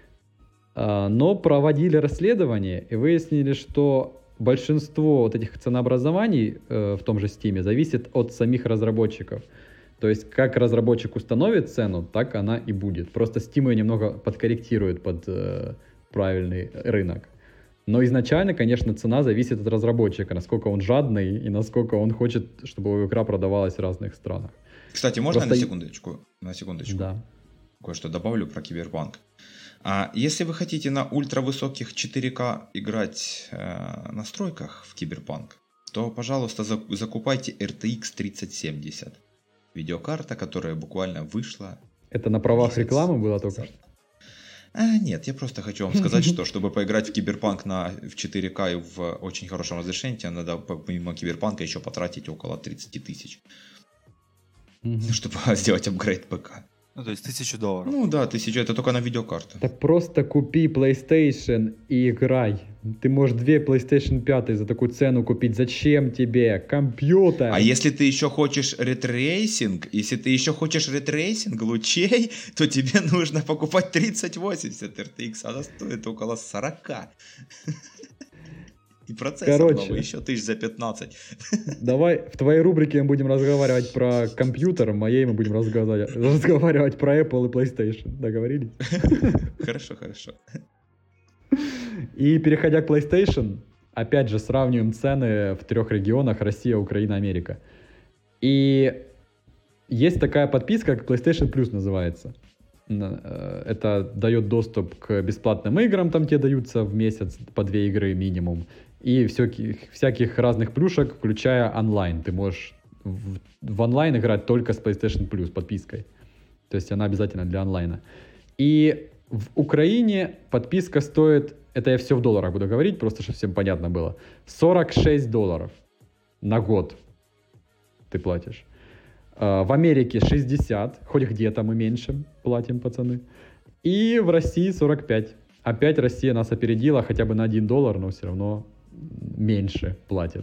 Но проводили расследование и выяснили, что большинство вот этих ценообразований в том же Steam зависит от самих разработчиков. То есть, как разработчик установит цену, так она и будет. Просто Steam ее немного подкорректирует под правильный рынок. Но изначально, конечно, цена зависит от разработчика, насколько он жадный и насколько он хочет, чтобы его игра продавалась в разных странах. Кстати, можно Просто... на секундочку? Да. Кое-что добавлю про Киберпанк. Если вы хотите на ультравысоких 4К играть в настройках в Киберпанк, то, пожалуйста, закупайте RTX 3070. Видеокарта, которая буквально вышла. Это на правах рекламы было только что? Нет, я просто хочу вам сказать, что чтобы поиграть в Киберпанк в 4К и в очень хорошем разрешении, надо помимо Киберпанка еще потратить около 30 тысяч, чтобы сделать апгрейд ПК. Ну, то есть $1000. Ну да, 1000, это только на видеокарту. Так просто купи PlayStation и играй. Ты можешь 2 PlayStation 5 за такую цену купить. Зачем тебе компьютер? А если ты еще хочешь ретрейсинг, лучей, то тебе нужно покупать 3080 RTX, она стоит около 40. И процессор новый еще 1015. Давай в твоей рубрике мы будем разговаривать про компьютер, в моей мы будем разговаривать про Apple и PlayStation. Договорились? Хорошо. И переходя к PlayStation, опять же сравниваем цены в 3 регионах: Россия, Украина, Америка. И есть такая подписка, как PlayStation Plus называется. Это дает доступ к бесплатным играм, там тебе даются в месяц по 2 игры минимум. И всяких разных плюшек, включая онлайн. Ты можешь в онлайн играть только с PlayStation Plus подпиской. То есть она обязательно для онлайна. И в Украине подписка стоит, это я все в долларах буду говорить, просто чтобы всем понятно было, 46 долларов на год ты платишь. В Америке 60, хоть где-то мы меньше платим, пацаны. И в России 45. Опять Россия нас опередила хотя бы на $1, но все равно меньше платит.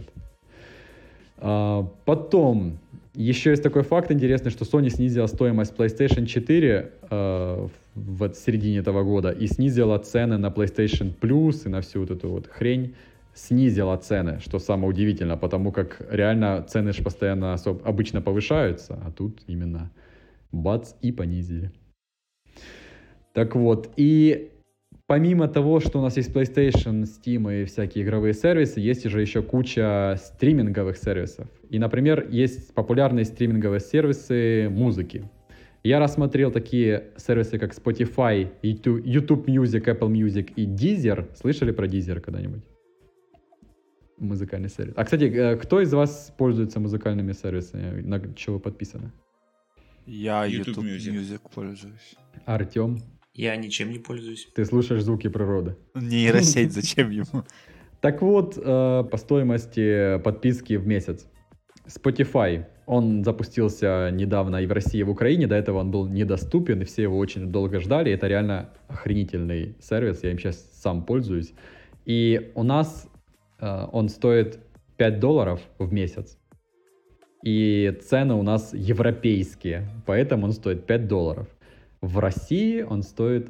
Потом, еще есть такой факт интересный, что Sony снизила стоимость PlayStation 4 в середине этого года и снизила цены на PlayStation Plus и на всю вот эту вот хрень. Снизила цены, что самое удивительное, потому как реально цены же постоянно обычно повышаются, а тут именно бац и понизили. Так вот, и помимо того, что у нас есть PlayStation, Steam и всякие игровые сервисы, есть же еще куча стриминговых сервисов. И, например, есть популярные стриминговые сервисы музыки. Я рассмотрел такие сервисы, как Spotify, YouTube Music, Apple Music и Deezer. Слышали про Deezer когда-нибудь? Музыкальный сервис. А, кстати, кто из вас пользуется музыкальными сервисами? На что вы подписаны? Я YouTube YouTube Music. Music пользуюсь. Артем, Я ничем не пользуюсь. ты слушаешь звуки природы. Нейросеть, зачем ему? Так вот, по стоимости подписки в месяц. Spotify, он запустился недавно и в России, и в Украине. До этого он был недоступен, и все его очень долго ждали. Это реально охренительный сервис, я им сейчас сам пользуюсь. И у нас он стоит $5 в месяц. И цены у нас европейские, поэтому он стоит $5. В России он стоит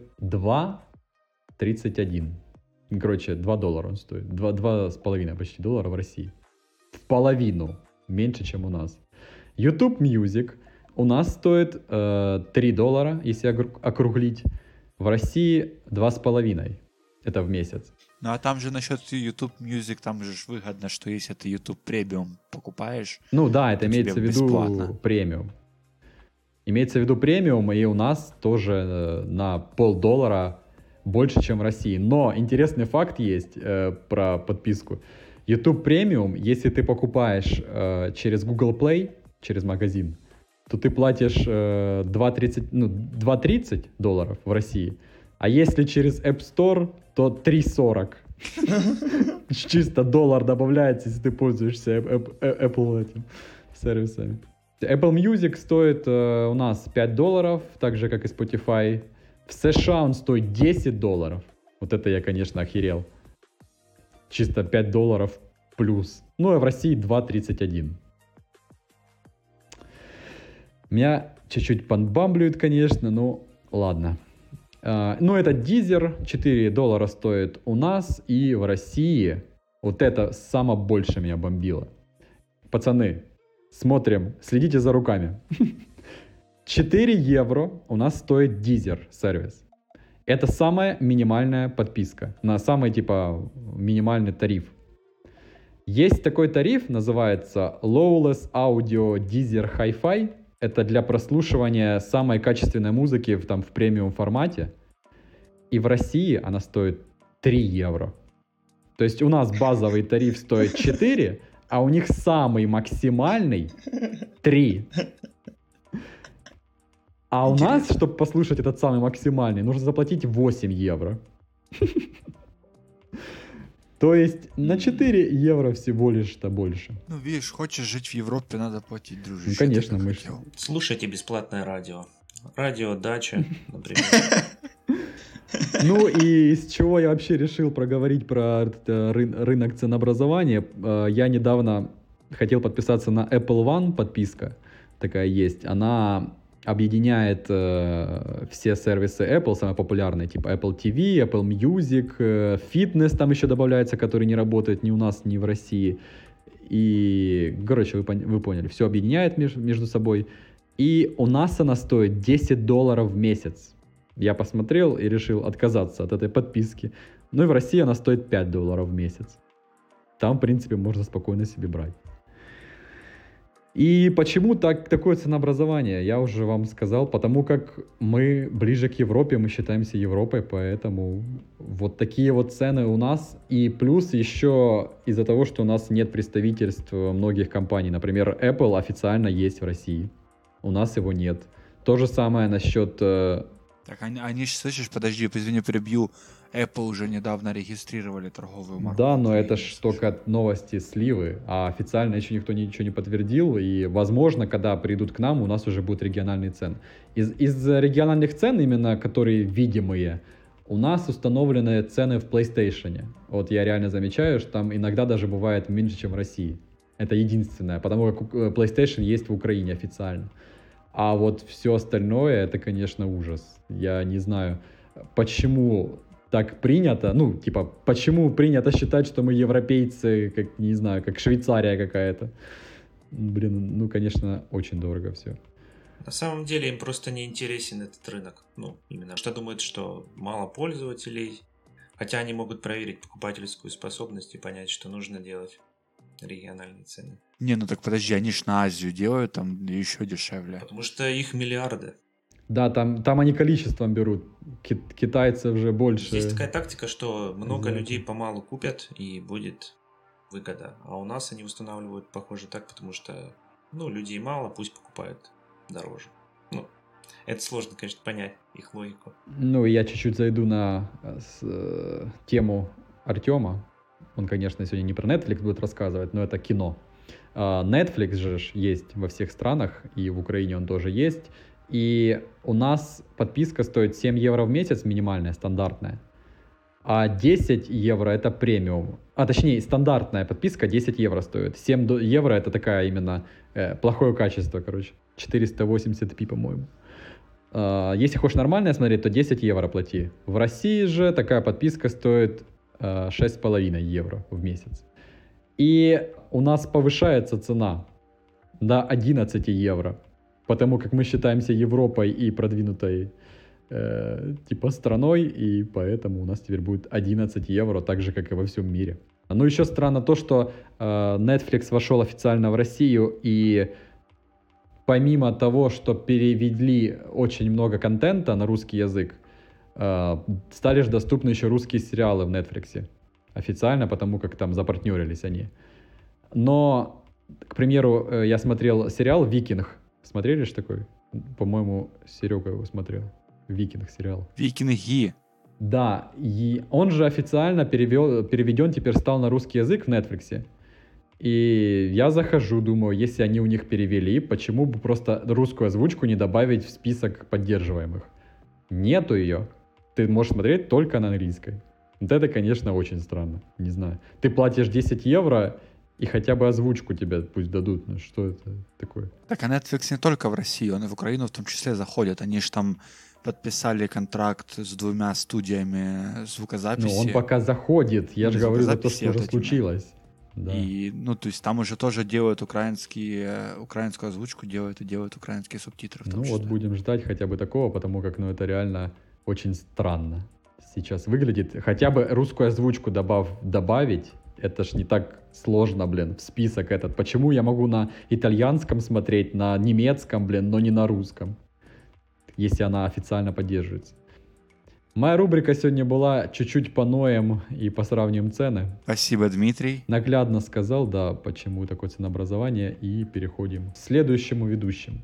$2.31. Короче, $2 он стоит. 2,5 почти доллара в России. В половину меньше, чем у нас. YouTube Music у нас стоит $3, если округлить. В России 2,5. Это в месяц. Ну а там же насчет YouTube Music, там же выгодно, что если ты YouTube премиум покупаешь, Ну да, это то имеется в тебе виду бесплатно. премиум. Имеется в виду премиум, и у нас тоже на $0.50 больше, чем в России. Но интересный факт есть про подписку. YouTube премиум, если ты покупаешь через Google Play, через магазин, то ты платишь $2.30 в России. А если через App Store, то $3.40. Чисто $1 добавляется, если ты пользуешься Apple этим сервисами. Apple Music стоит у нас $5, так же, как и Spotify. В США он стоит $10. Вот это я, конечно, охерел. Чисто $5 плюс. Ну, а в России 2.31. Меня чуть-чуть подбамблюют, конечно, но ладно. Ну, это Deezer, $4 стоит у нас, и в России вот это самое больше меня бомбило. Пацаны, смотрим, следите за руками. 4 евро у нас стоит Deezer сервис. Это самая минимальная подписка, на самый, минимальный тариф. Есть такой тариф, называется Lowless Audio Deezer Hi-Fi. Это для прослушивания самой качественной музыки в премиум формате. И в России она стоит 3 евро. То есть у нас базовый тариф стоит 4, а у них самый максимальный 3. А у нас, чтобы послушать этот самый максимальный, нужно заплатить 8 евро. То есть на 4 евро всего лишь-то больше. Ну, видишь, хочешь жить в Европе, надо платить, дружище. Ну, конечно, ты мы как ж- хотел. Слушайте бесплатное радио. Радио Дача, например. Ну и из чего я вообще решил проговорить про рынок ценообразования. Я недавно хотел подписаться на Apple One, подписка такая есть. Она объединяет все сервисы Apple, самые популярные, типа Apple TV, Apple Music, Fitness там еще добавляется, который не работает ни у нас, ни в России. И, короче, вы поняли, все объединяет между собой. И у нас она стоит $10 в месяц. Я посмотрел и решил отказаться от этой подписки. Ну и в России она стоит $5 в месяц. Там, в принципе, можно спокойно себе брать. И почему такое ценообразование? Я уже вам сказал, потому как мы ближе к Европе, мы считаемся Европой, поэтому вот такие вот цены у нас. И плюс еще из-за того, что у нас нет представительств многих компаний. Например, Apple официально есть в России. У нас его нет. То же самое насчет... Так, они же, слышишь, подожди, извини, перебью. Apple уже недавно регистрировали торговую марку. Да, в но это Украине, ж только новости сливы, а официально еще никто ничего не подтвердил, и, возможно, когда придут к нам, у нас уже будут региональные цены. Из региональных цен, именно которые видимые, у нас установлены цены в PlayStation. Вот я реально замечаю, что там иногда даже бывает меньше, чем в России. Это единственное, потому как PlayStation есть в Украине официально. А вот все остальное, это, конечно, ужас. Я не знаю, почему так принято, ну, типа, почему принято считать, что мы европейцы, как, не знаю, как Швейцария какая-то. Блин, ну, конечно, очень дорого все. На самом деле им просто не интересен этот рынок. Ну, именно что думают, что мало пользователей, хотя они могут проверить покупательскую способность и понять, что нужно делать региональные цены. Не, ну так подожди, они ж на Азию делают, там еще дешевле. Потому что их миллиарды. Да, там они количеством берут. Китайцев же больше. Здесь такая тактика, что много Азиаты. людей помалу купят и будет выгода. А у нас они устанавливают, похоже, так, потому что, ну, людей мало, пусть покупают дороже. Ну, это сложно, конечно, понять их логику. Ну, я чуть-чуть зайду на тему Артема. Он, конечно, сегодня не про Netflix будет рассказывать, но это кино. Netflix же есть во всех странах, и в Украине он тоже есть. И у нас подписка стоит 7 евро в месяц, минимальная, стандартная. А 10 евро это премиум. А точнее, стандартная подписка 10 евро стоит. 7 евро это такая именно плохое качество, короче. 480p, по-моему. Если хочешь нормальное смотреть, то 10 евро плати. В России же такая подписка стоит 6,5 евро в месяц. И у нас повышается цена до 11 евро. Потому как мы считаемся Европой и продвинутой типа страной, и поэтому у нас теперь будет 11 евро, так же, как и во всем мире. Но еще странно то, что Netflix вошел официально в Россию, и помимо того, что перевели очень много контента на русский язык, стали же доступны еще русские сериалы в Netflix. Официально, потому как там запартнерились они. Но, к примеру, я смотрел сериал «Викинг». Смотрели же такой? По-моему, Серега его смотрел. «Викинг» сериал. Викинги. Да, и он же официально переведен, теперь стал на русский язык в Netflix. И я захожу, думаю, если они у них перевели, почему бы просто русскую озвучку не добавить в список поддерживаемых? Нету ее. Ты можешь смотреть только на английской. Вот это, конечно, очень странно. Не знаю. Ты платишь 10 евро, и хотя бы озвучку тебе пусть дадут. Ну что это такое? Так, а Netflix не только в Россию, он и в Украину в том числе заходит. Они же там подписали контракт с 2 студиями звукозаписи. Ну, он пока заходит. Я же говорю за то, что уже вот этими. случилось. Да. И, ну, то есть там уже тоже делают украинскую озвучку, делают украинские субтитры в том Ну числе. вот будем ждать хотя бы такого, потому как, ну, это реально очень странно сейчас выглядит. Хотя бы русскую озвучку добавить, это ж не так сложно, блин, в список этот. Почему я могу на итальянском смотреть, на немецком, блин, но не на русском, если она официально поддерживается? Моя рубрика сегодня была чуть-чуть поноем и посравниваем цены. Спасибо, Дмитрий. Наглядно сказал, да, почему такое ценообразование, и переходим к следующему ведущему.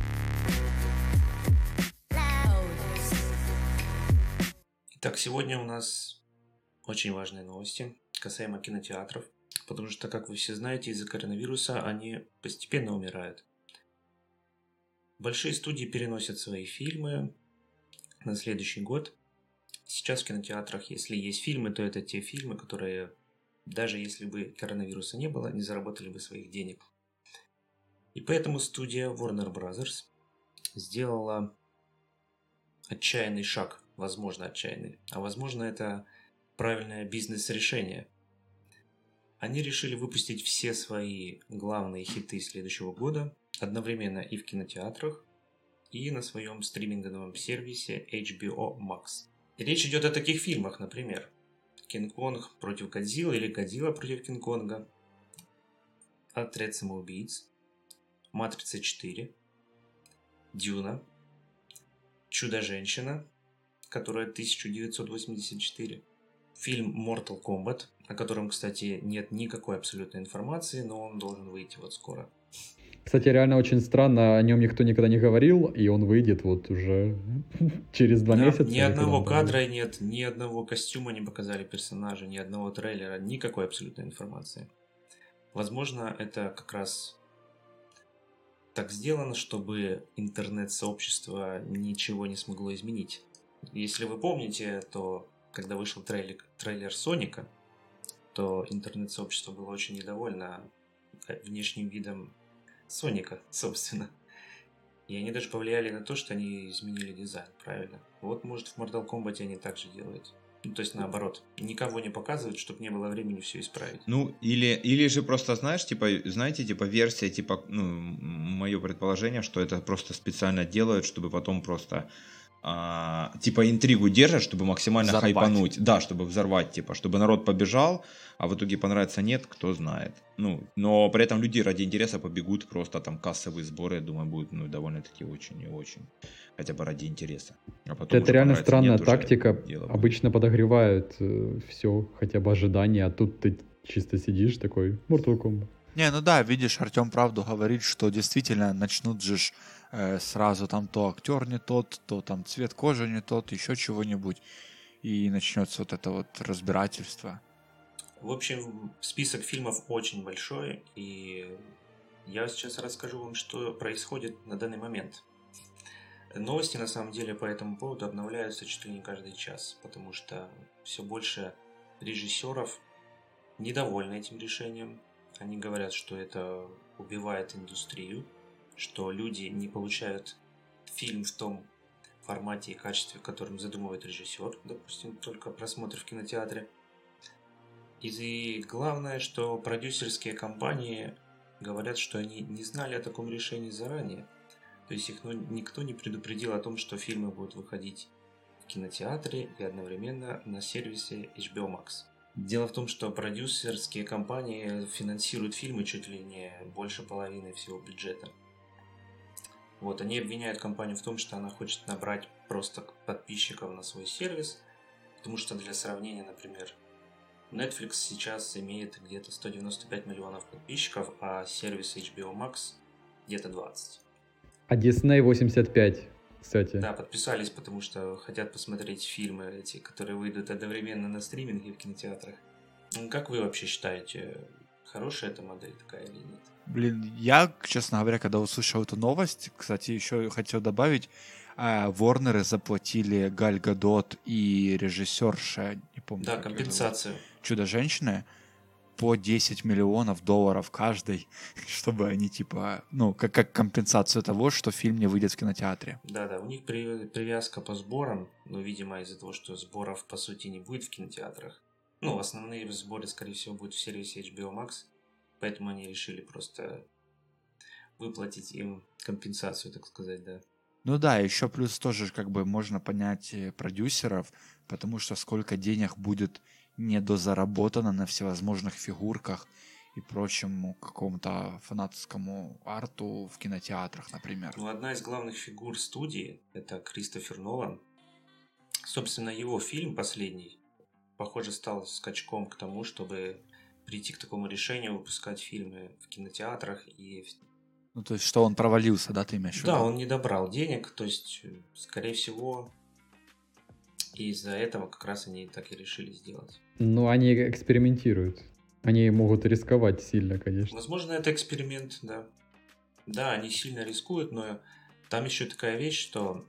Итак, сегодня у нас очень важные новости касаемо кинотеатров, потому что, как вы все знаете, из-за коронавируса они постепенно умирают. Большие студии переносят свои фильмы на следующий год. Сейчас в кинотеатрах, если есть фильмы, то это те фильмы, которые, даже если бы коронавируса не было, не заработали бы своих денег. И поэтому студия Warner Brothers сделала отчаянный шаг, возможно отчаянный, а возможно это правильное бизнес-решение. Они решили выпустить все свои главные хиты следующего года одновременно и в кинотеатрах, и на своем стриминговом сервисе HBO Max. И речь идет о таких фильмах, например, «Кинг-Конг против Годзиллы» или «Годзилла против Кинг-Конга», «Отряд самоубийц», «Матрица 4», «Дюна», «Чудо-женщина», которая 1984, фильм Mortal Kombat, о котором, кстати, нет никакой абсолютной информации, но он должен выйти вот скоро. Кстати, реально очень странно, о нем никто никогда не говорил, и он выйдет вот уже через 2 Да, месяца. ни или когда одного он там кадра выйдет. нет, ни одного костюма не показали персонажа, ни одного трейлера, никакой абсолютной информации. Возможно, это как раз так сделано, чтобы интернет-сообщество ничего не смогло изменить. Если вы помните, то когда вышел трейлер Соника, то интернет-сообщество было очень недовольно внешним видом Соника, собственно. И они даже повлияли на то, что они изменили дизайн, правильно? Вот, может, в Mortal Kombat они так же делают. Ну, то есть наоборот, никого не показывают, чтобы не было времени все исправить. Ну, или же просто, знаешь, типа, знаете, типа версия, типа, ну, мое предположение, что это просто специально делают, чтобы потом просто, типа, интригу держат, чтобы максимально Взорвать. хайпануть. Да, чтобы взорвать, типа, чтобы народ побежал, а в итоге понравится нет, кто знает. Ну, но при этом люди ради интереса побегут, просто там кассовые сборы, я думаю, будут, ну, довольно-таки очень и очень. Хотя бы ради интереса. А потом Это уже реально понравится, странная нет, уже тактика. дело будет. Обычно подогревают все, хотя бы ожидания, а тут ты чисто сидишь такой, Mortal Kombat. Не, ну да, видишь, Артем правду говорит, что действительно начнут же сразу там то актер не тот, то там цвет кожи не тот, еще чего-нибудь. И начнется вот это вот разбирательство. В общем, список фильмов очень большой, и я сейчас расскажу вам, что происходит на данный момент. Новости, на самом деле, по этому поводу обновляются чуть ли не каждый час, потому что все больше режиссеров недовольны этим решением. Они говорят, что это убивает индустрию, что люди не получают фильм в том формате и качестве, в котором задумывает режиссер, допустим, только просмотр в кинотеатре. И главное, что продюсерские компании говорят, что они не знали о таком решении заранее. То есть их никто не предупредил о том, что фильмы будут выходить в кинотеатре и одновременно на сервисе HBO Max. Дело в том, что продюсерские компании финансируют фильмы чуть ли не больше половины всего бюджета. Вот, они обвиняют компанию в том, что она хочет набрать просто подписчиков на свой сервис, потому что для сравнения, например, Netflix сейчас имеет где-то 195 миллионов подписчиков, а сервис HBO Max где-то 20. А Disney 85, кстати. Да, подписались, потому что хотят посмотреть фильмы эти, которые выйдут одновременно на стриминге в кинотеатрах. Как вы вообще считаете, хорошая эта модель такая или нет? Блин, я, честно говоря, когда услышал эту новость, кстати, еще хотел добавить, Ворнеры заплатили Галь Гадот и режиссерша, не помню, Да, как её компенсацию. зовут, Чудо-женщины, по 10 миллионов долларов каждой, чтобы они, типа, ну, как компенсацию того, что фильм не выйдет в кинотеатре. Да, у них привязка по сборам, но, видимо, из-за того, что сборов, по сути, не будет в кинотеатрах. Ну, основные сборы, скорее всего, будут в сервисе HBO Max, поэтому они решили просто выплатить им компенсацию, так сказать, да. Ну да, еще плюс тоже как бы можно понять продюсеров, потому что сколько денег будет недозаработано на всевозможных фигурках и прочему какому-то фанатскому арту в кинотеатрах, например. Ну, одна из главных фигур студии – это Кристофер Нолан. Собственно, его фильм последний, похоже, стал скачком к тому, чтобы прийти к такому решению выпускать фильмы в кинотеатрах и... Ну, то есть, что он провалился, да, ты имеешь в виду? Да, он не добрал денег, то есть, скорее всего, из-за этого как раз они так и решили сделать. Ну, они экспериментируют. Они могут рисковать сильно, конечно. Возможно, это эксперимент, да. Да, они сильно рискуют, но там еще такая вещь, что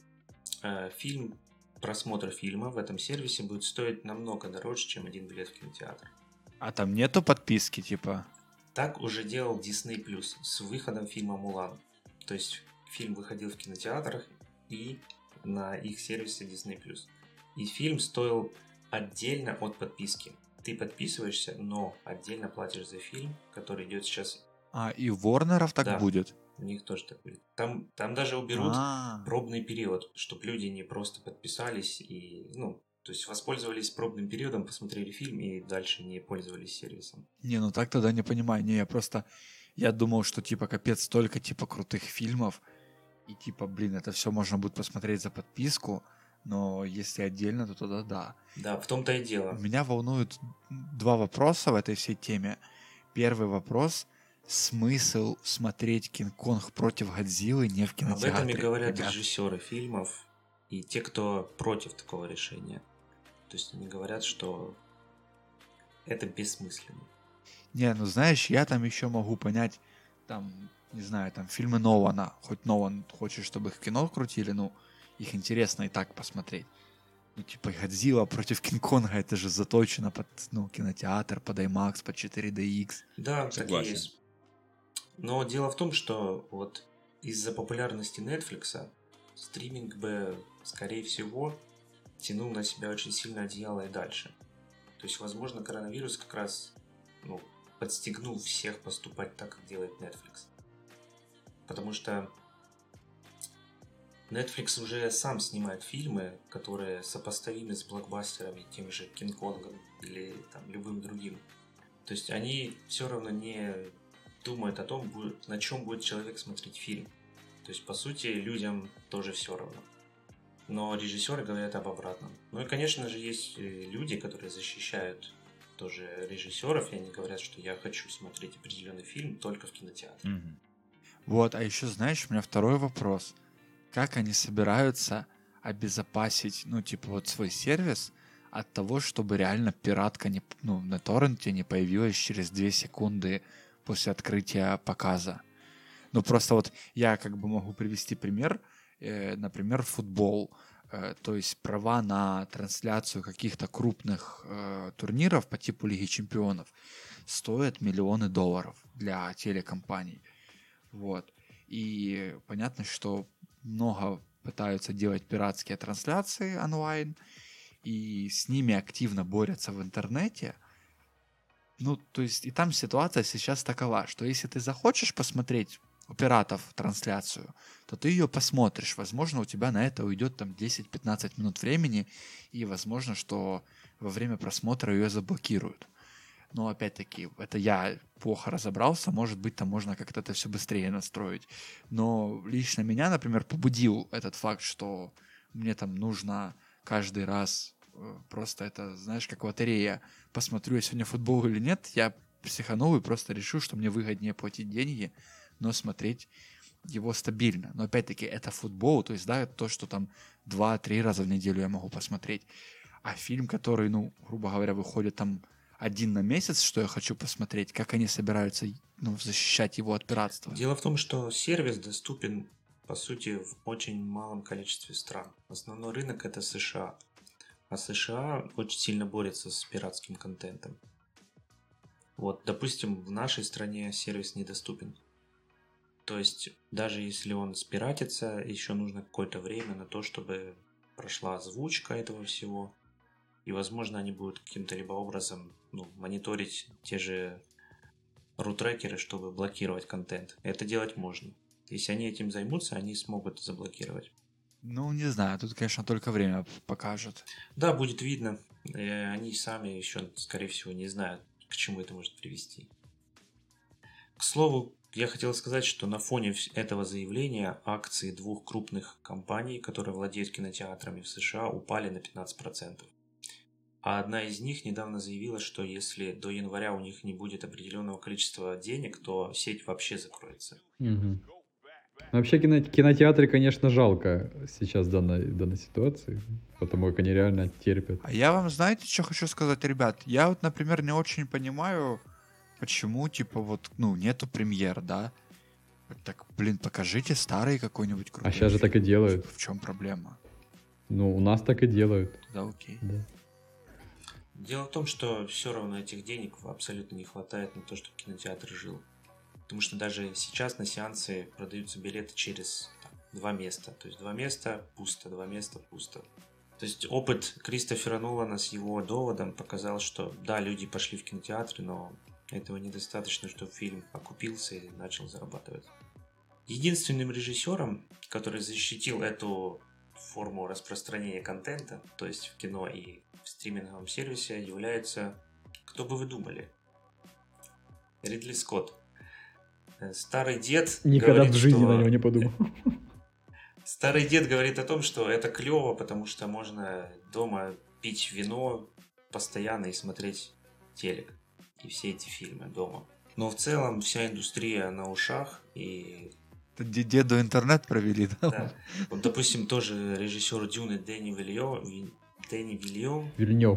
просмотр фильма в этом сервисе будет стоить намного дороже, чем один билет в кинотеатр. А там нету подписки, типа? Так уже делал Disney Plus с выходом фильма «Мулан». То есть фильм выходил в кинотеатрах и на их сервисе Disney Plus. И фильм стоил отдельно от подписки. Ты подписываешься, но отдельно платишь за фильм, который идет сейчас. А, и у Ворнеров так Да. будет? У них тоже так будет. Там даже уберут пробный период, чтобы люди не просто подписались и, то есть воспользовались пробным периодом, посмотрели фильм и дальше не пользовались сервисом. Не, ну так тогда не понимаю. Не, я думал, что типа капец столько типа крутых фильмов, и типа, блин, это все можно будет посмотреть за подписку, но если отдельно, то тогда да. Да, в том-то и дело. Меня волнуют два вопроса в этой всей теме. Первый вопрос, смысл смотреть Кинг-Конг против Годзиллы не в Об кинотеатре? этом и говорят ребят? режиссеры фильмов и те, кто против такого решения. То есть они говорят, что это бессмысленно. Не, ну знаешь, я там еще могу понять, там, не знаю, там фильмы Нолана. Хоть Нолан хочет, чтобы их в кино крутили, ну, их интересно и так посмотреть. Ну, типа, Годзилла против Кинг-Конга, это же заточено под, ну, кинотеатр, под IMAX, под 4DX. Да, так и Согласен. есть. Но дело в том, что вот из-за популярности Netflix стриминг бы, скорее всего, тянул на себя очень сильно одеяло и дальше. То есть, возможно, коронавирус как раз подстегнул всех поступать так, как делает Netflix. Потому что Netflix уже сам снимает фильмы, которые сопоставимы с блокбастерами, тем же Кинг-Конгом или там, любым другим. То есть они все равно не думают о том, на чем будет человек смотреть фильм. То есть, по сути, людям тоже все равно. Но режиссеры говорят об обратном. Ну и, конечно же, есть люди, которые защищают тоже режиссеров, и они говорят, что я хочу смотреть определенный фильм только в кинотеатре. Вот, а еще, знаешь, у меня второй вопрос. Как они собираются обезопасить, ну, типа, вот свой сервис от того, чтобы реально пиратка на торренте не появилась через 2 секунды после открытия показа? Ну, просто вот я как бы могу привести пример, например, футбол. То есть права на трансляцию каких-то крупных турниров по типу Лиги Чемпионов стоят миллионы долларов для телекомпаний. Вот. И понятно, что много пытаются делать пиратские трансляции онлайн, и с ними активно борются в интернете. Ну, то есть, и там ситуация сейчас такова, что если ты захочешь посмотреть у пиратов трансляцию, то ты ее посмотришь. Возможно, у тебя на это уйдет там 10-15 минут времени, и возможно, что во время просмотра ее заблокируют. Но опять-таки, это я плохо разобрался, может быть, там можно как-то это все быстрее настроить. Но лично меня, например, побудил этот факт, что мне там нужно каждый раз просто это, знаешь, как лотерея. Посмотрю я сегодня футбол или нет, я психанул и просто решил, что мне выгоднее платить деньги, но смотреть его стабильно. Но опять-таки, это футбол, то есть, да, то, что там 2-3 раза в неделю я могу посмотреть. А фильм, который, ну, грубо говоря, выходит там один на месяц, что я хочу посмотреть, как они собираются, ну, защищать его от пиратства. Дело в том, что сервис доступен, по сути, в очень малом количестве стран. Основной рынок это США. А США очень сильно борется с пиратским контентом. Вот, допустим, в нашей стране сервис недоступен. То есть, даже если он спиратится, еще нужно какое-то время на то, чтобы прошла озвучка этого всего. И, возможно, они будут каким-то либо образом мониторить те же рутрекеры, чтобы блокировать контент. Это делать можно. Если они этим займутся, они смогут заблокировать. Ну, не знаю, тут, конечно, только время покажет. Да, будет видно. Они сами еще, скорее всего, не знают, к чему это может привести. К слову, я хотел сказать, что на фоне этого заявления акции двух крупных компаний, которые владеют кинотеатрами в США, упали на 15%. А одна из них недавно заявила, что если до января у них не будет определенного количества денег, то сеть вообще закроется. Мгм. Вообще кинотеатры, конечно, жалко сейчас в данной ситуации, потому как они реально терпят. А я вам, знаете, что хочу сказать, ребят? Я вот, например, не очень понимаю, почему, типа, вот, ну, нету премьер, да? Так, блин, покажите старый какой-нибудь крутой А сейчас же так и фильм. делают. В чем проблема? Ну, у нас так и делают. Да, окей. Да. Дело в том, что все равно этих денег абсолютно не хватает на то, чтобы кинотеатр жил. Потому что даже сейчас на сеансы продаются билеты через 2 места. То есть 2 места пусто, 2 места пусто. То есть опыт Кристофера Нолана с его доводом показал, что да, люди пошли в кинотеатры, но этого недостаточно, чтобы фильм окупился и начал зарабатывать. Единственным режиссером, который защитил эту форму распространения контента, то есть в кино и в стриминговом сервисе, является, кто бы вы думали, Ридли Скотт. Старый дед Никогда говорит, в жизни что... на него не подумал. Старый дед говорит о том, что это клево, потому что можно дома пить вино постоянно и смотреть телек. И все эти фильмы дома. Но в целом вся индустрия на ушах. И Это деду интернет провели, да? да. Вот, допустим, тоже режиссер Дюны Дэнни Вильё, Вильнев.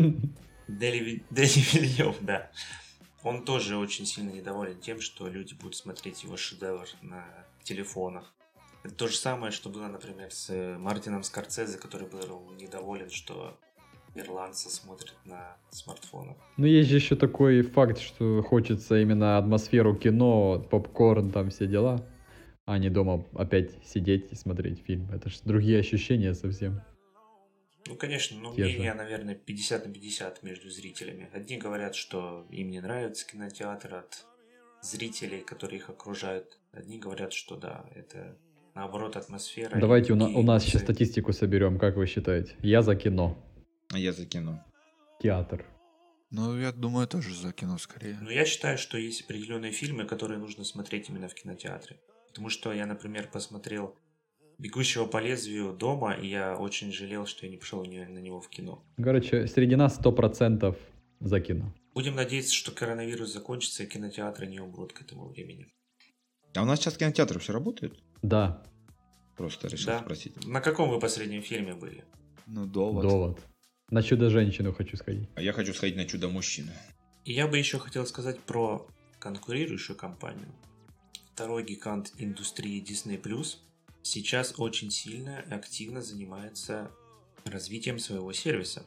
Дэнни Вильнёв, да. Он тоже очень сильно недоволен тем, что люди будут смотреть его шедевр на телефонах. Это то же самое, что было, например, с Мартином Скорсезе, который был недоволен, что ирландцы смотрят на смартфонах. Ну, есть же еще такой факт, что хочется именно атмосферу кино, попкорн, там все дела, а не дома опять сидеть и смотреть фильм. Это же другие ощущения совсем. Ну, конечно, но Те же. мнение, наверное, 50 на 50 между зрителями. Одни говорят, что им не нравится кинотеатр от зрителей, которые их окружают. Одни говорят, что да, это наоборот атмосфера. и Давайте у другие нас сейчас эмоции. статистику соберем, как вы считаете? Я за кино. А я за кино. Театр. Ну, я думаю, тоже за кино скорее. Но я считаю, что есть определенные фильмы, которые нужно смотреть именно в кинотеатре. Потому что я, например, посмотрел «Бегущего по лезвию» дома, и я очень жалел, что я не пошел на него в кино. Короче, среди нас 100% за кино. Будем надеяться, что коронавирус закончится, и кинотеатры не умрут к этому времени. А у нас сейчас кинотеатры все работают? Да, Просто решил Да. спросить. На каком вы последнем фильме были? Ну, довод. довод. На чудо-женщину хочу сходить. А я хочу сходить на «Чудо-мужчину». И я бы еще хотел сказать про конкурирующую компанию. Второй гигант индустрии Disney Plus сейчас очень сильно и активно занимается развитием своего сервиса.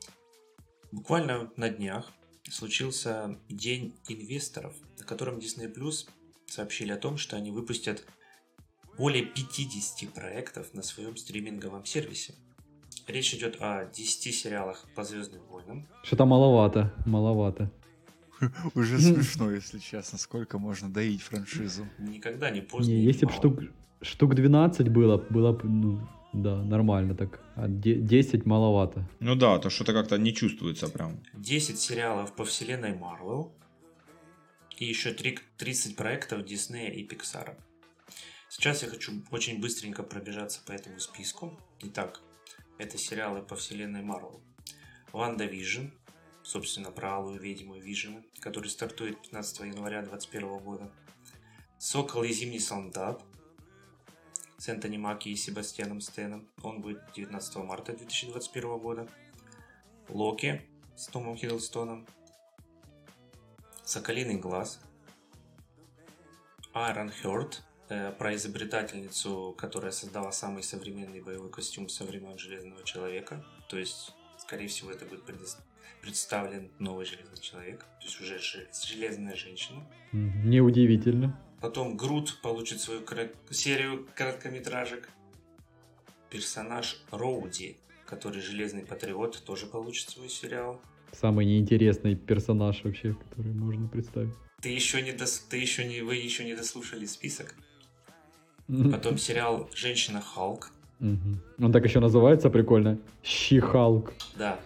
Буквально на днях случился День инвесторов, на котором Disney Plus сообщили о том, что они выпустят более 50 проектов на своем стриминговом сервисе. Речь идет о 10 сериалах по Звездным войнам. Что-то маловато. Уже смешно, если честно, сколько можно доить франшизу. Никогда не поздно. Не, и если бы мало. штук 12 было бы, ну, да, нормально так. А 10 маловато. Ну да, то что-то как-то не чувствуется прям. 10 сериалов по вселенной Marvel и еще 30 проектов Disney и Pixar. Сейчас я хочу очень быстренько пробежаться по этому списку. Итак, это сериалы по вселенной Marvel. WandaVision, собственно, про алую ведьму Вижена, который стартует 15 января 2021 года. Сокол и Зимний солдат с Энтони Маки и Себастьяном Стэном. Он будет 19 марта 2021 года. Локи с Томом Хиддлстоном. Соколиный глаз. Iron Heart, про изобретательницу, которая создала самый современный боевой костюм со времен Железного Человека. То есть, скорее всего, это будет представлен новый Железный Человек. То есть уже Железная женщина. Неудивительно. Потом Грут получит свою серию короткометражек. Персонаж Роуди, который Железный Патриот, тоже получит свой сериал. Самый неинтересный персонаж вообще, который можно представить. Вы еще не дослушали список. Потом сериал «Женщина Халк». Мгм. Он так еще называется прикольно. Щи-Халк. Да.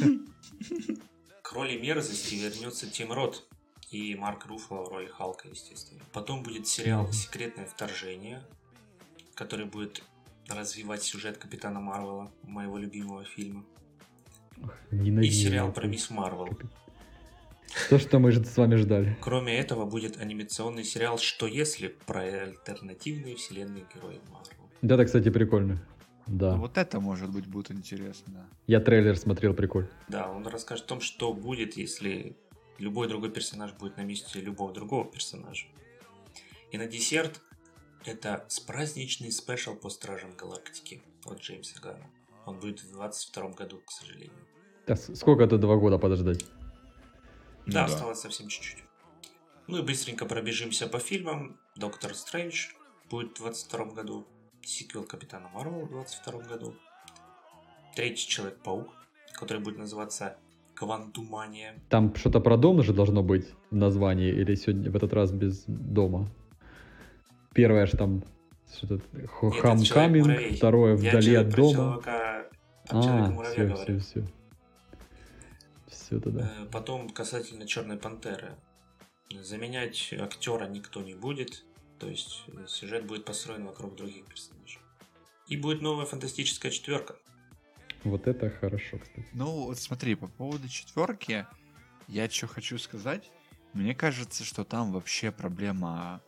К роли мерзости вернется Тим Рот и Марк Руффало в роли Халка, естественно. Потом будет сериал «Секретное вторжение», который будет развивать сюжет Капитана Марвела, моего любимого фильма. И Ненавижу. сериал про Мисс Марвел. То, что мы с вами ждали. Кроме этого будет анимационный сериал «Что если?» про альтернативные вселенные героев Марвел. Да, это, кстати, прикольно. Да. Вот это, может быть, будет интересно, да. Я трейлер смотрел, прикольно. Да, он расскажет о том, что будет, если любой другой персонаж будет на месте любого другого персонажа. И на десерт это праздничный спешл по Стражам Галактики от Джеймса Ганна. Он будет в 2022 году, к сожалению. А сколько тут 2 года подождать? Ну Да, осталось совсем чуть-чуть. Ну и быстренько пробежимся по фильмам. Доктор Стрэндж будет в 2022 году. Сиквел Капитана Марвел в 2022 году. Третий Человек-паук, который будет называться Квантумания. Там что-то про дом же должно быть в названии, или сегодня в этот раз без дома? Первое же там что-то это Homecoming, Человек-муравей. второе вдали от дома. Человека-муравья говорю. Все. Все тогда. Потом касательно Черной Пантеры. Заменять актера никто не будет. То есть сюжет будет построен вокруг других персонажей. И будет новая фантастическая четверка. Вот это хорошо, кстати. Ну, вот смотри, по поводу четверки, я что хочу сказать. Мне кажется, что там вообще проблема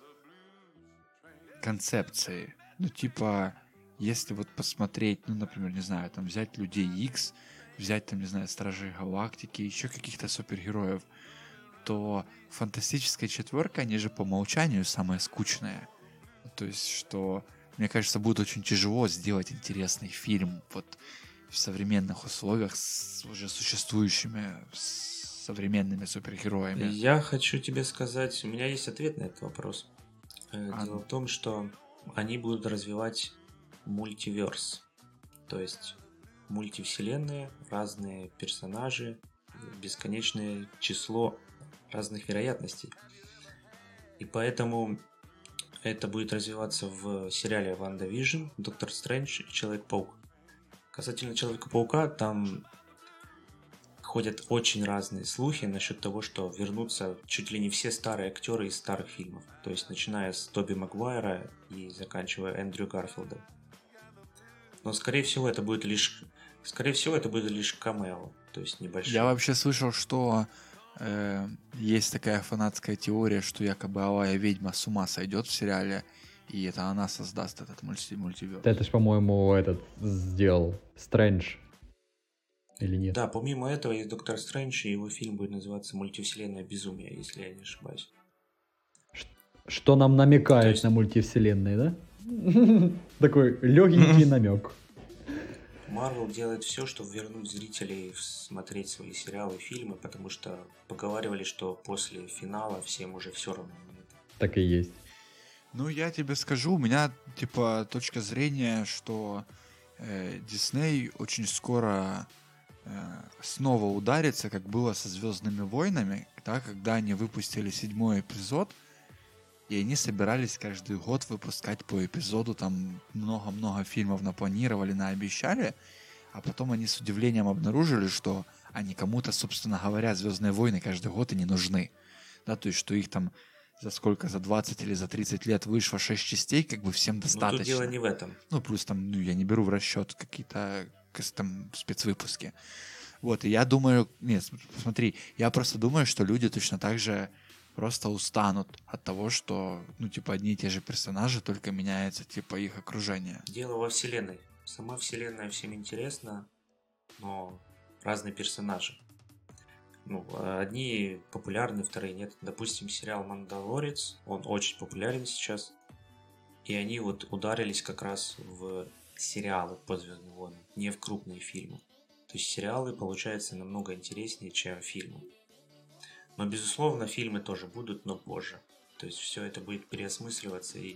концепции. Ну, типа, если вот посмотреть, ну, например, не знаю, там взять Людей Икс, взять там, не знаю, Стражей Галактики, еще каких-то супергероев, то фантастическая четверка, они же по умолчанию самые скучные. То есть, что, мне кажется, будет очень тяжело сделать интересный фильм вот в современных условиях с уже существующими современными супергероями. Я хочу тебе сказать, у меня есть ответ на этот вопрос. А, Дело в том, что они будут развивать мультиверс. То есть мультивселенные, разные персонажи, бесконечное число разных вероятностей. И поэтому это будет развиваться в сериале Ванда Вижн, Доктор Стрэндж и Человек-паук. Касательно Человека-паука, там ходят очень разные слухи насчет того, что вернутся чуть ли не все старые актеры из старых фильмов. То есть начиная с Тоби Магуайра и заканчивая Эндрю Гарфилдом. Но скорее всего это будет лишь камео, то есть небольшой. Я вообще слышал, что есть такая фанатская теория, что якобы Алая ведьма с ума сойдет в сериале, и это она создаст этот мультиверс. Это ж, по-моему, этот сделал Стрэндж. Или нет? Да, помимо этого есть Доктор Стрэндж, и его фильм будет называться «Мультивселенная безумия», если я не ошибаюсь. Что нам намекает То есть- на мультивселенные, да? Такой легенький намек. Марвел делает все, чтобы вернуть зрителей смотреть свои сериалы и фильмы, потому что поговаривали, что после финала всем уже все равно. Так и есть. Ну, я тебе скажу, у меня, типа, точка зрения, что Дисней очень скоро снова ударится, как было со «Звездными войнами», да, когда они выпустили 7-й эпизод, и они собирались каждый год выпускать по эпизоду, там много-много фильмов напланировали, наобещали, а потом они с удивлением обнаружили, что они кому-то, собственно говоря, «Звездные войны» каждый год и не нужны. Да, то есть, что их там за сколько, за 20 или за 30 лет вышло 6 частей, как бы всем Но достаточно. тут дело не в этом. Ну, плюс там, ну, я не беру в расчет какие-то там спецвыпуски. Вот, и я думаю, нет, смотри, я просто думаю, что люди точно так же просто устанут от того, что, ну, типа, одни и те же персонажи, только меняется, типа, их окружение. Дело во вселенной. Сама вселенная всем интересна, но разные персонажи. Ну, одни популярны, вторые нет. Допустим, сериал «Мандалорец», он очень популярен сейчас. И они вот ударились как раз в сериалы по «Звездным войнам», не в крупные фильмы. То есть сериалы, получается, намного интереснее, чем фильмы. Но, безусловно, фильмы тоже будут, но позже. То есть все это будет переосмысливаться и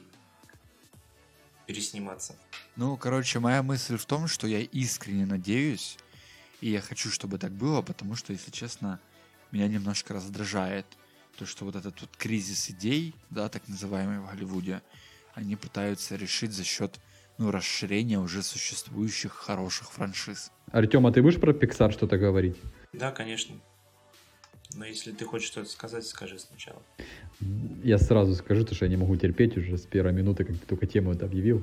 пересниматься. Ну, короче, моя мысль в том, что я искренне надеюсь, и я хочу, чтобы так было, потому что, если честно, меня немножко раздражает то, что вот этот вот кризис идей, да, так называемый в Голливуде, они пытаются решить за счет, ну, расширения уже существующих хороших франшиз. Артем, а ты будешь про Pixar что-то говорить? Да, конечно. Но если ты хочешь что-то сказать, скажи сначала. Я сразу скажу, потому что я не могу терпеть уже с первой минуты, как ты только тему это объявил.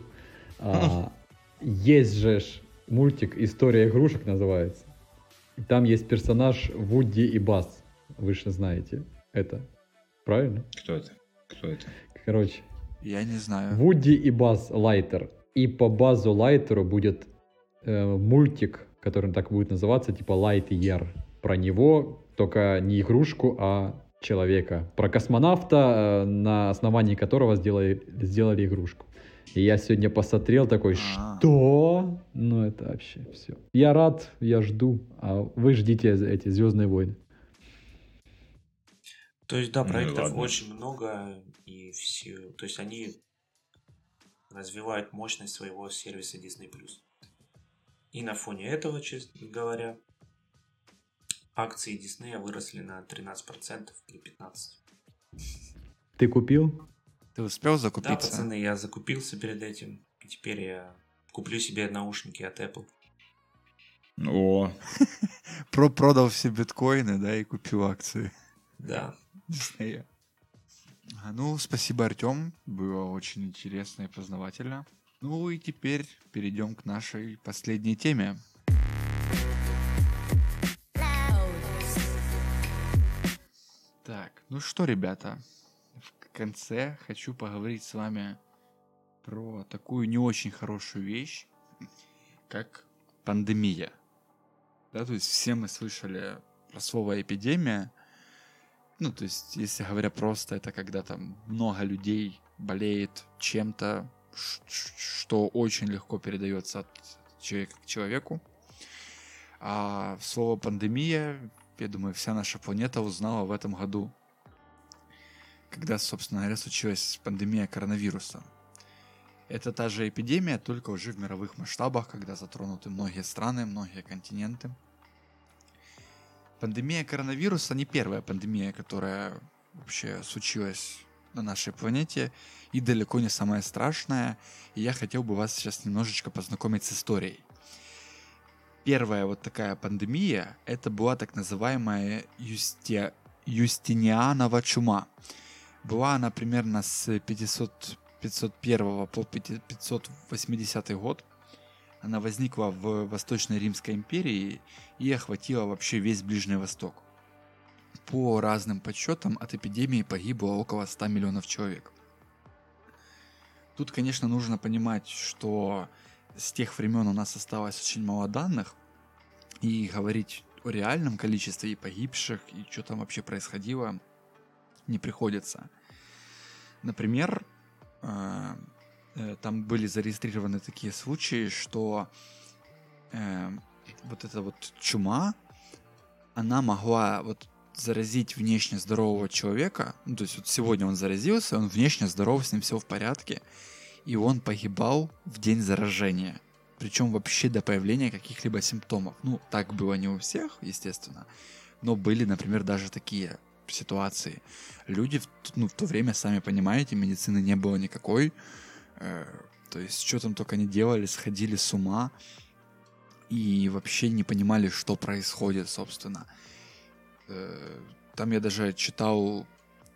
Есть же мультик «История игрушек» называется. И там есть персонаж Вуди и Базз. Вы же знаете это. Правильно? Кто это? Кто это? Короче, Я не знаю. Вуди и Базз Лайтер. И по Баззу Лайтеру будет мультик, который так будет называться, типа Lightyear. Про него, только не игрушку, а человека. Про космонавта, на основании которого сделали игрушку. И я сегодня посмотрел такой, что? Ну это вообще все. Я рад, я жду, а вы ждите эти «Звездные войны». То есть, да, Ну и проектов ладно. очень много, и все. То есть они развивают мощность своего сервиса Disney+. И на фоне этого, честно говоря, акции Диснея выросли на 13% или 15%. Ты купил? Ты успел Да, закупиться? пацаны, я закупился перед этим, и теперь я куплю себе наушники от Apple. О, Продал все биткоины, да, и купил акции Да. Диснея. Ну, спасибо, Артем. Было очень интересно и познавательно. Ну и теперь перейдем к нашей последней теме. Так. Ну что, ребята, в конце хочу поговорить с вами про такую не очень хорошую вещь, как пандемия. Да, то есть все мы слышали про слово эпидемия. Ну, то есть, если говоря просто, это когда там много людей болеет чем-то, что очень легко передается от человека к человеку. А слово пандемия, я думаю, вся наша планета узнала в этом году, когда, собственно говоря, случилась пандемия коронавируса. Это та же эпидемия, только уже в мировых масштабах, когда затронуты многие страны, многие континенты. Пандемия коронавируса не первая пандемия, которая вообще случилась на нашей планете, и далеко не самая страшная, и я хотел бы вас сейчас немножечко познакомить с историей. Первая вот такая пандемия, это была так называемая Юстинианова чума. Была она примерно с 501 по 580 год. Она возникла в Восточной Римской империи и охватила вообще весь Ближний Восток. По разным подсчетам, от эпидемии погибло около 100 миллионов человек. Тут, конечно, нужно понимать, что с тех времен у нас осталось очень мало данных, и говорить о реальном количестве и погибших, и что там вообще происходило, не приходится. Например, там были зарегистрированы такие случаи, что вот эта вот чума, она могла вот заразить внешне здорового человека. Ну, то есть вот сегодня он заразился, он внешне здоров, с ним все в порядке, и он погибал в день заражения. Причем вообще до появления каких-либо симптомов. Ну, так было не у всех, естественно, но были, например, даже такие ситуации. Люди в то время, сами понимаете, медицины не было никакой. То есть, что там только не делали, сходили с ума и вообще не понимали, что происходит, собственно. Там я даже читал,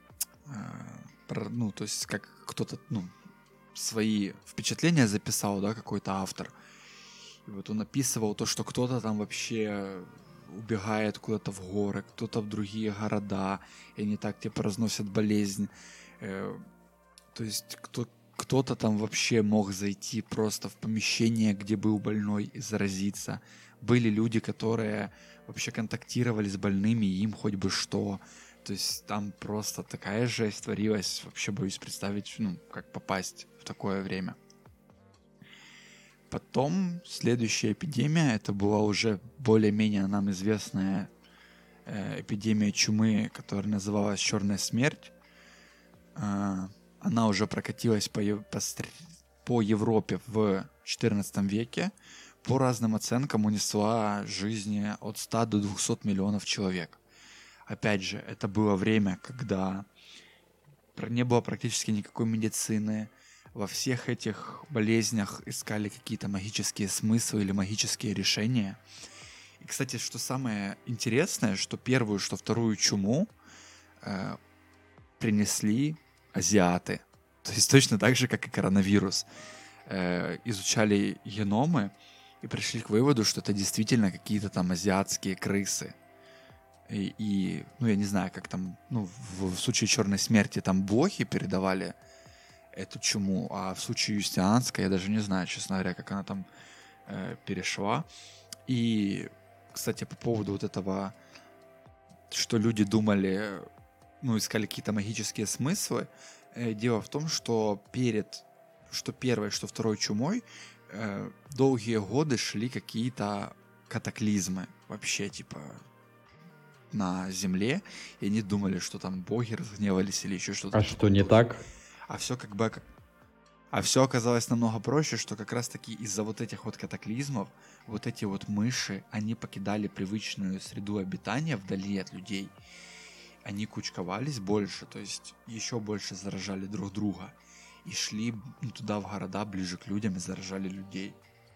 то есть, как кто-то, свои впечатления записал, да, какой-то автор. И вот он описывал то, что кто-то там вообще убегает куда-то в горы, кто-то в другие города, и они так типа разносят болезнь. То есть кто-то там вообще мог зайти просто в помещение, где был больной, и заразиться. Были люди, которые вообще контактировали с больными, и им хоть бы что. То есть там просто такая жесть творилась. Вообще боюсь представить, как попасть в такое время. Потом следующая эпидемия, это была уже более-менее нам известная эпидемия чумы, которая называлась «Черная смерть». Она уже прокатилась по Европе в XIV веке. По разным оценкам унесла жизни от 100 до 200 миллионов человек. Опять же, это было время, когда не было практически никакой медицины. Во всех этих болезнях искали какие-то магические смыслы или магические решения. И, кстати, что самое интересное, что первую, что вторую чуму принесли азиаты. То есть точно так же, как и коронавирус. Изучали геномы и пришли к выводу, что это действительно какие-то там азиатские крысы. И я не знаю, как там, в случае черной смерти там блохи передавали эту чуму, а в случае юстинианской я даже не знаю, честно говоря, как она там перешла. И, кстати, по поводу вот этого, что люди думали, искали какие-то магические смыслы, дело в том, что что первой, что второй чумой долгие годы шли какие-то катаклизмы вообще, типа, на земле, и они думали, что там боги разгневались или еще что-то. А что не так? А все оказалось намного проще, что как раз-таки из-за вот этих вот катаклизмов, вот эти вот мыши, они покидали привычную среду обитания вдали от людей. Они кучковались больше, то есть еще больше заражали друг друга. И шли туда, в города, ближе к людям, и заражали людей.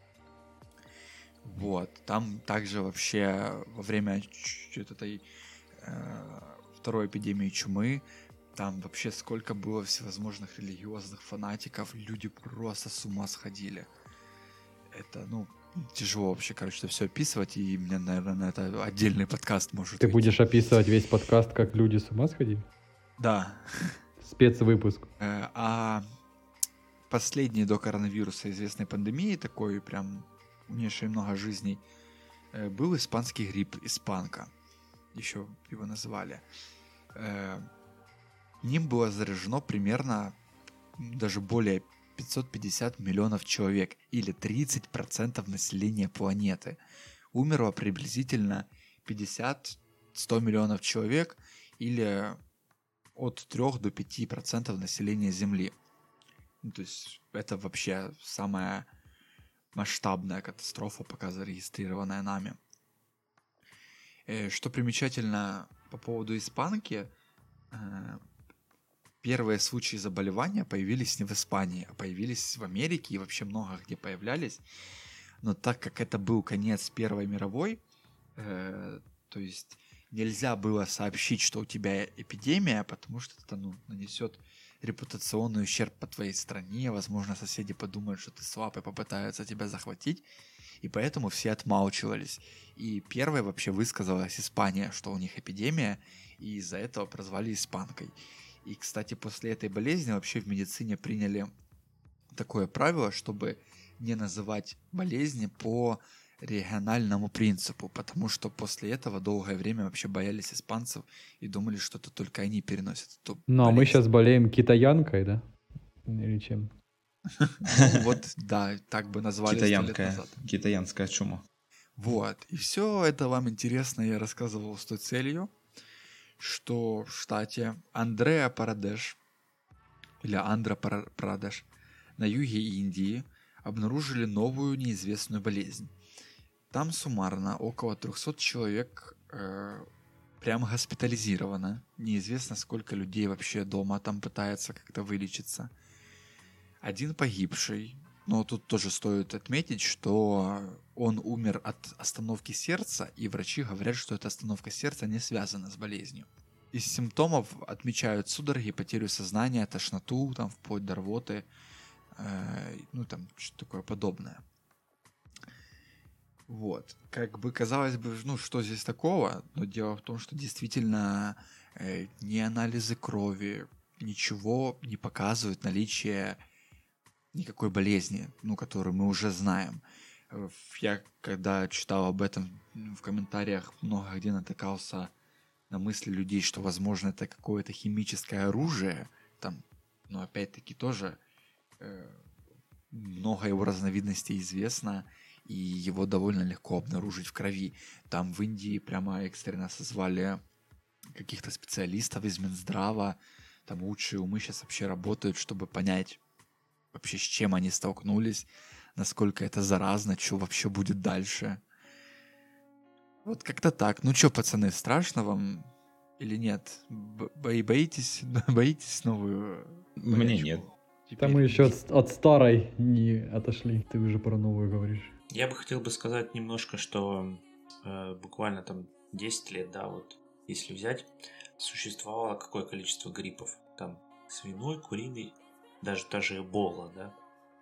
Вот. Там также вообще во время этой второй эпидемии чумы там вообще сколько было всевозможных религиозных фанатиков, люди просто с ума сходили. Это, тяжело вообще, это все описывать, и мне, наверное, это отдельный подкаст может Ты уйти. будешь описывать весь подкаст, как люди с ума сходили? Да. Спецвыпуск. А последней до коронавируса известной пандемии, такой прям унесшей много жизней, был испанский грипп, испанка. Еще его называли. Ним было заражено примерно даже более 550 миллионов человек, или 30% населения планеты. Умерло приблизительно 50-100 миллионов человек, или от 3 до 5% населения Земли. Ну, то есть это вообще самая масштабная катастрофа, пока зарегистрированная нами. Что примечательно по поводу испанки, первые случаи заболевания появились не в Испании, а появились в Америке и вообще много где появлялись. Но так как это был конец Первой мировой, то есть нельзя было сообщить, что у тебя эпидемия, потому что это нанесет репутационный ущерб по твоей стране, возможно, соседи подумают, что ты слаб и попытаются тебя захватить, и поэтому все отмалчивались. И первой вообще высказалась Испания, что у них эпидемия, и из-за этого прозвали испанкой. И, кстати, после этой болезни вообще в медицине приняли такое правило, чтобы не называть болезни по региональному принципу, потому что после этого долгое время вообще боялись испанцев и думали, что это только они переносят эту Ну, а мы болезнь. сейчас болеем китаянкой, да? Или чем? Ну вот, да, так бы назвали 100 лет назад. Китаянская чума. Вот, и все это вам интересно я рассказывал с той целью, что в штате Андхра-Прадеш, или Андхра-Прадеш, на юге Индии обнаружили новую неизвестную болезнь. Там суммарно около 300 человек прям госпитализировано. Неизвестно, сколько людей вообще дома там пытается как-то вылечиться. Один погибший. Но тут тоже стоит отметить, что он умер от остановки сердца, и врачи говорят, что эта остановка сердца не связана с болезнью. Из симптомов отмечают судороги, потерю сознания, тошноту, там, вплоть до рвоты, ну там что-то такое подобное. Вот. Как бы казалось бы, ну что здесь такого, но дело в том, что действительно ни анализы крови, ничего не показывают наличие никакой болезни, ну, которую мы уже знаем. Я, когда читал об этом в комментариях, много где натыкался на мысли людей, что, возможно, это какое-то химическое оружие, там, но опять-таки тоже много его разновидностей известно, и его довольно легко обнаружить в крови. Там в Индии прямо экстренно созвали каких-то специалистов из Минздрава, там лучшие умы сейчас вообще работают, чтобы понять вообще, с чем они столкнулись, насколько это заразно, что вообще будет дальше. Вот как-то так. Ну что, пацаны, страшно вам или нет? Боитесь новую Мне болячку? нет. Теперь Там мы еще от старой не отошли. Ты уже про новую говоришь. Я бы хотел бы сказать немножко, что буквально там 10 лет, да, вот если взять, существовало какое количество гриппов. Там свиной, куриный, даже та же Эбола, да.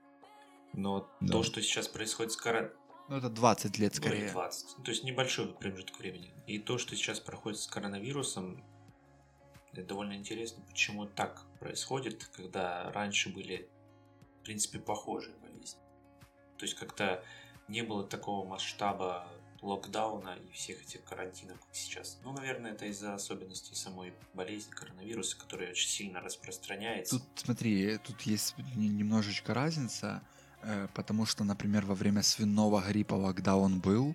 Но Да. то, что сейчас происходит с Ну, это 20 лет Ну, скорее. или 20. То есть небольшой промежуток времени. И то, что сейчас проходит с коронавирусом, это довольно интересно, почему так происходит, когда раньше были, в принципе, похожие болезни. То есть как-то не было такого масштаба локдауна и всех этих карантинов, как сейчас. Ну, наверное, это из-за особенностей самой болезни коронавируса, которая очень сильно распространяется. Тут, смотри, тут есть немножечко разница, потому что, например, во время свиного гриппа, когда он был,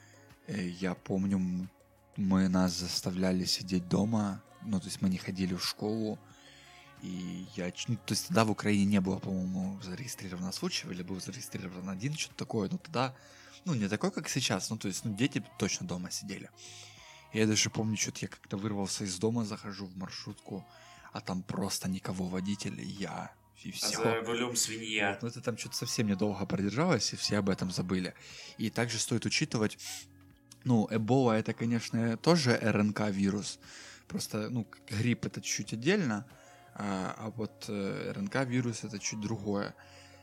я помню, нас заставляли сидеть дома, ну, то есть мы не ходили в школу, и то есть тогда в Украине не было, по-моему, зарегистрировано случаев, или был зарегистрирован один, что-то такое, но тогда, ну, не такое, как сейчас, ну, то есть, дети точно дома сидели. И я даже помню, что-то я как-то вырвался из дома, захожу в маршрутку, а там просто никого водителя, я, и все. А за рулем свинья. Вот, ну, это там что-то совсем недолго продержалось, и все об этом забыли. И также стоит учитывать, ну, Эбола это, конечно, тоже РНК-вирус, просто, ну, грипп это чуть отдельно, а вот РНК-вирус это чуть другое.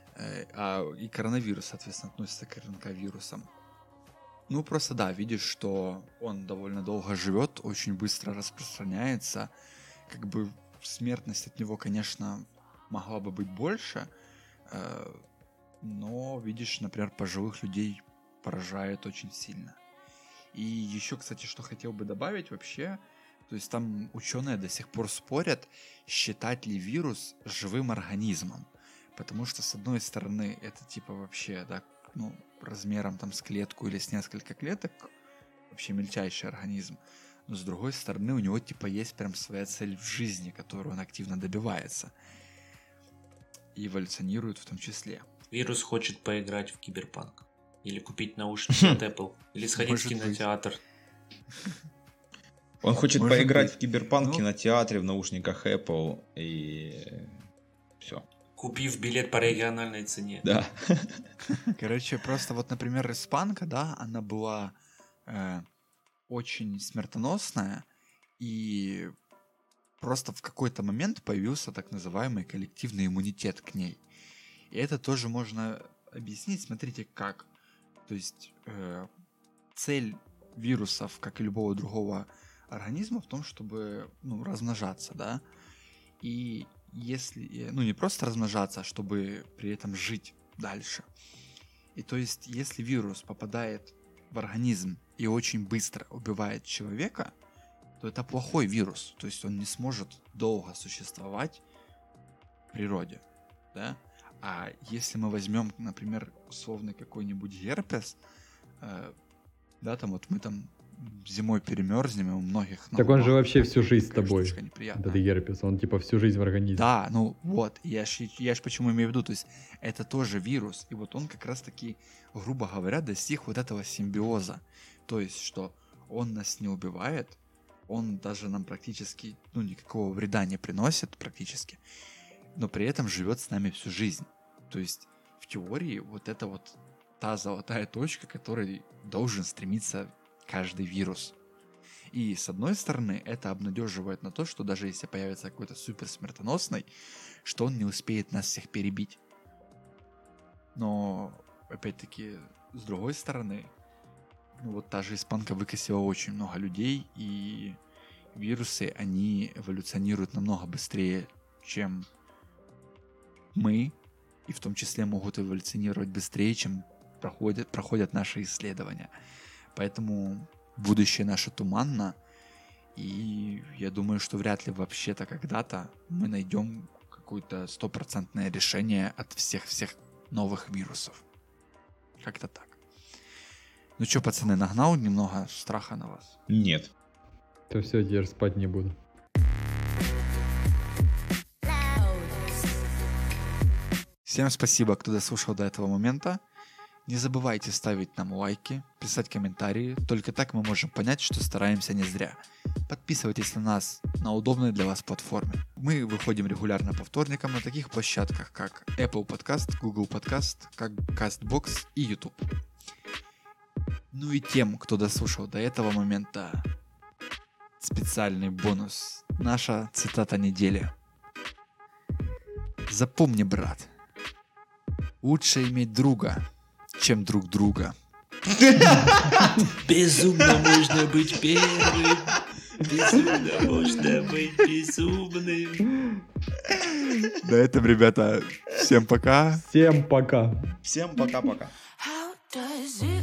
И коронавирус, соответственно, относится к РНК-вирусам. Ну, просто да, видишь, что он довольно долго живет, очень быстро распространяется. Как бы смертность от него, конечно, могла бы быть больше, но, видишь, например, пожилых людей поражает очень сильно. И еще, кстати, что хотел бы добавить вообще, то есть там ученые до сих пор спорят, считать ли вирус живым организмом. Потому что, с одной стороны, это типа вообще, да, ну, размером там с клетку или с несколько клеток, вообще мельчайший организм. Но с другой стороны, у него типа есть прям своя цель в жизни, которую он активно добивается. И эволюционирует в том числе. Вирус хочет поиграть в киберпанк. Или купить наушники от Apple. Или сходить Может в кинотеатр. Он хочет Может поиграть быть. в киберпанк в Ну. кинотеатре, в наушниках Apple и все. Купив билет по региональной цене. Да. Короче, просто вот, например, испанка, да, она была очень смертоносная, и просто в какой-то момент появился так называемый коллективный иммунитет к ней. И это тоже можно объяснить, смотрите, как. То есть цель вирусов, как и любого другого организма, в том, чтобы, ну, размножаться, да. И если, ну, не просто размножаться, а чтобы при этом жить дальше. И то есть, если вирус попадает в организм и очень быстро убивает человека, то это плохой вирус. То есть он не сможет долго существовать в природе, да. А если мы возьмем, например, условный какой-нибудь герпес, да, там вот мы там зимой перемерзнем, и у многих... Так он же ног вообще всю жизнь с такая тобой. штучка неприятная. Этот герпес, он типа всю жизнь в организме. Да, ну вот, я ж почему имею в виду, то есть это тоже вирус, и вот он как раз таки, грубо говоря, достиг вот этого симбиоза, то есть что он нас не убивает, он даже нам практически, ну, никакого вреда не приносит практически, но при этом живет с нами всю жизнь, то есть в теории вот это вот та золотая точка, к которой должен стремиться каждый вирус. И с одной стороны, это обнадеживает на то, что даже если появится какой-то супер смертоносный, что он не успеет нас всех перебить. Но, опять-таки, с другой стороны, ну вот та же испанка выкосила очень много людей, и вирусы, они эволюционируют намного быстрее, чем мы, и в том числе могут эволюционировать быстрее, чем проходят наши исследования. Поэтому будущее наше туманно, и я думаю, что вряд ли вообще-то когда-то мы найдем какое-то стопроцентное решение от всех новых вирусов. Как-то так. Ну что, пацаны, нагнал немного страха на вас? Нет. То все, теперь спать не буду. Всем спасибо, кто дослушал до этого момента. Не забывайте ставить нам лайки, писать комментарии. Только так мы можем понять, что стараемся не зря. Подписывайтесь на нас на удобной для вас платформе. Мы выходим регулярно по вторникам на таких площадках, как Apple Podcast, Google Podcast, как CastBox и YouTube. Ну и тем, кто дослушал до этого момента, специальный бонус. Наша цитата недели. Запомни, брат, лучше иметь друга, чем друг друга. Безумно можно быть первым. Безумно можно быть безумным. На этом, ребята, всем пока. Всем пока. Всем пока-пока. How does it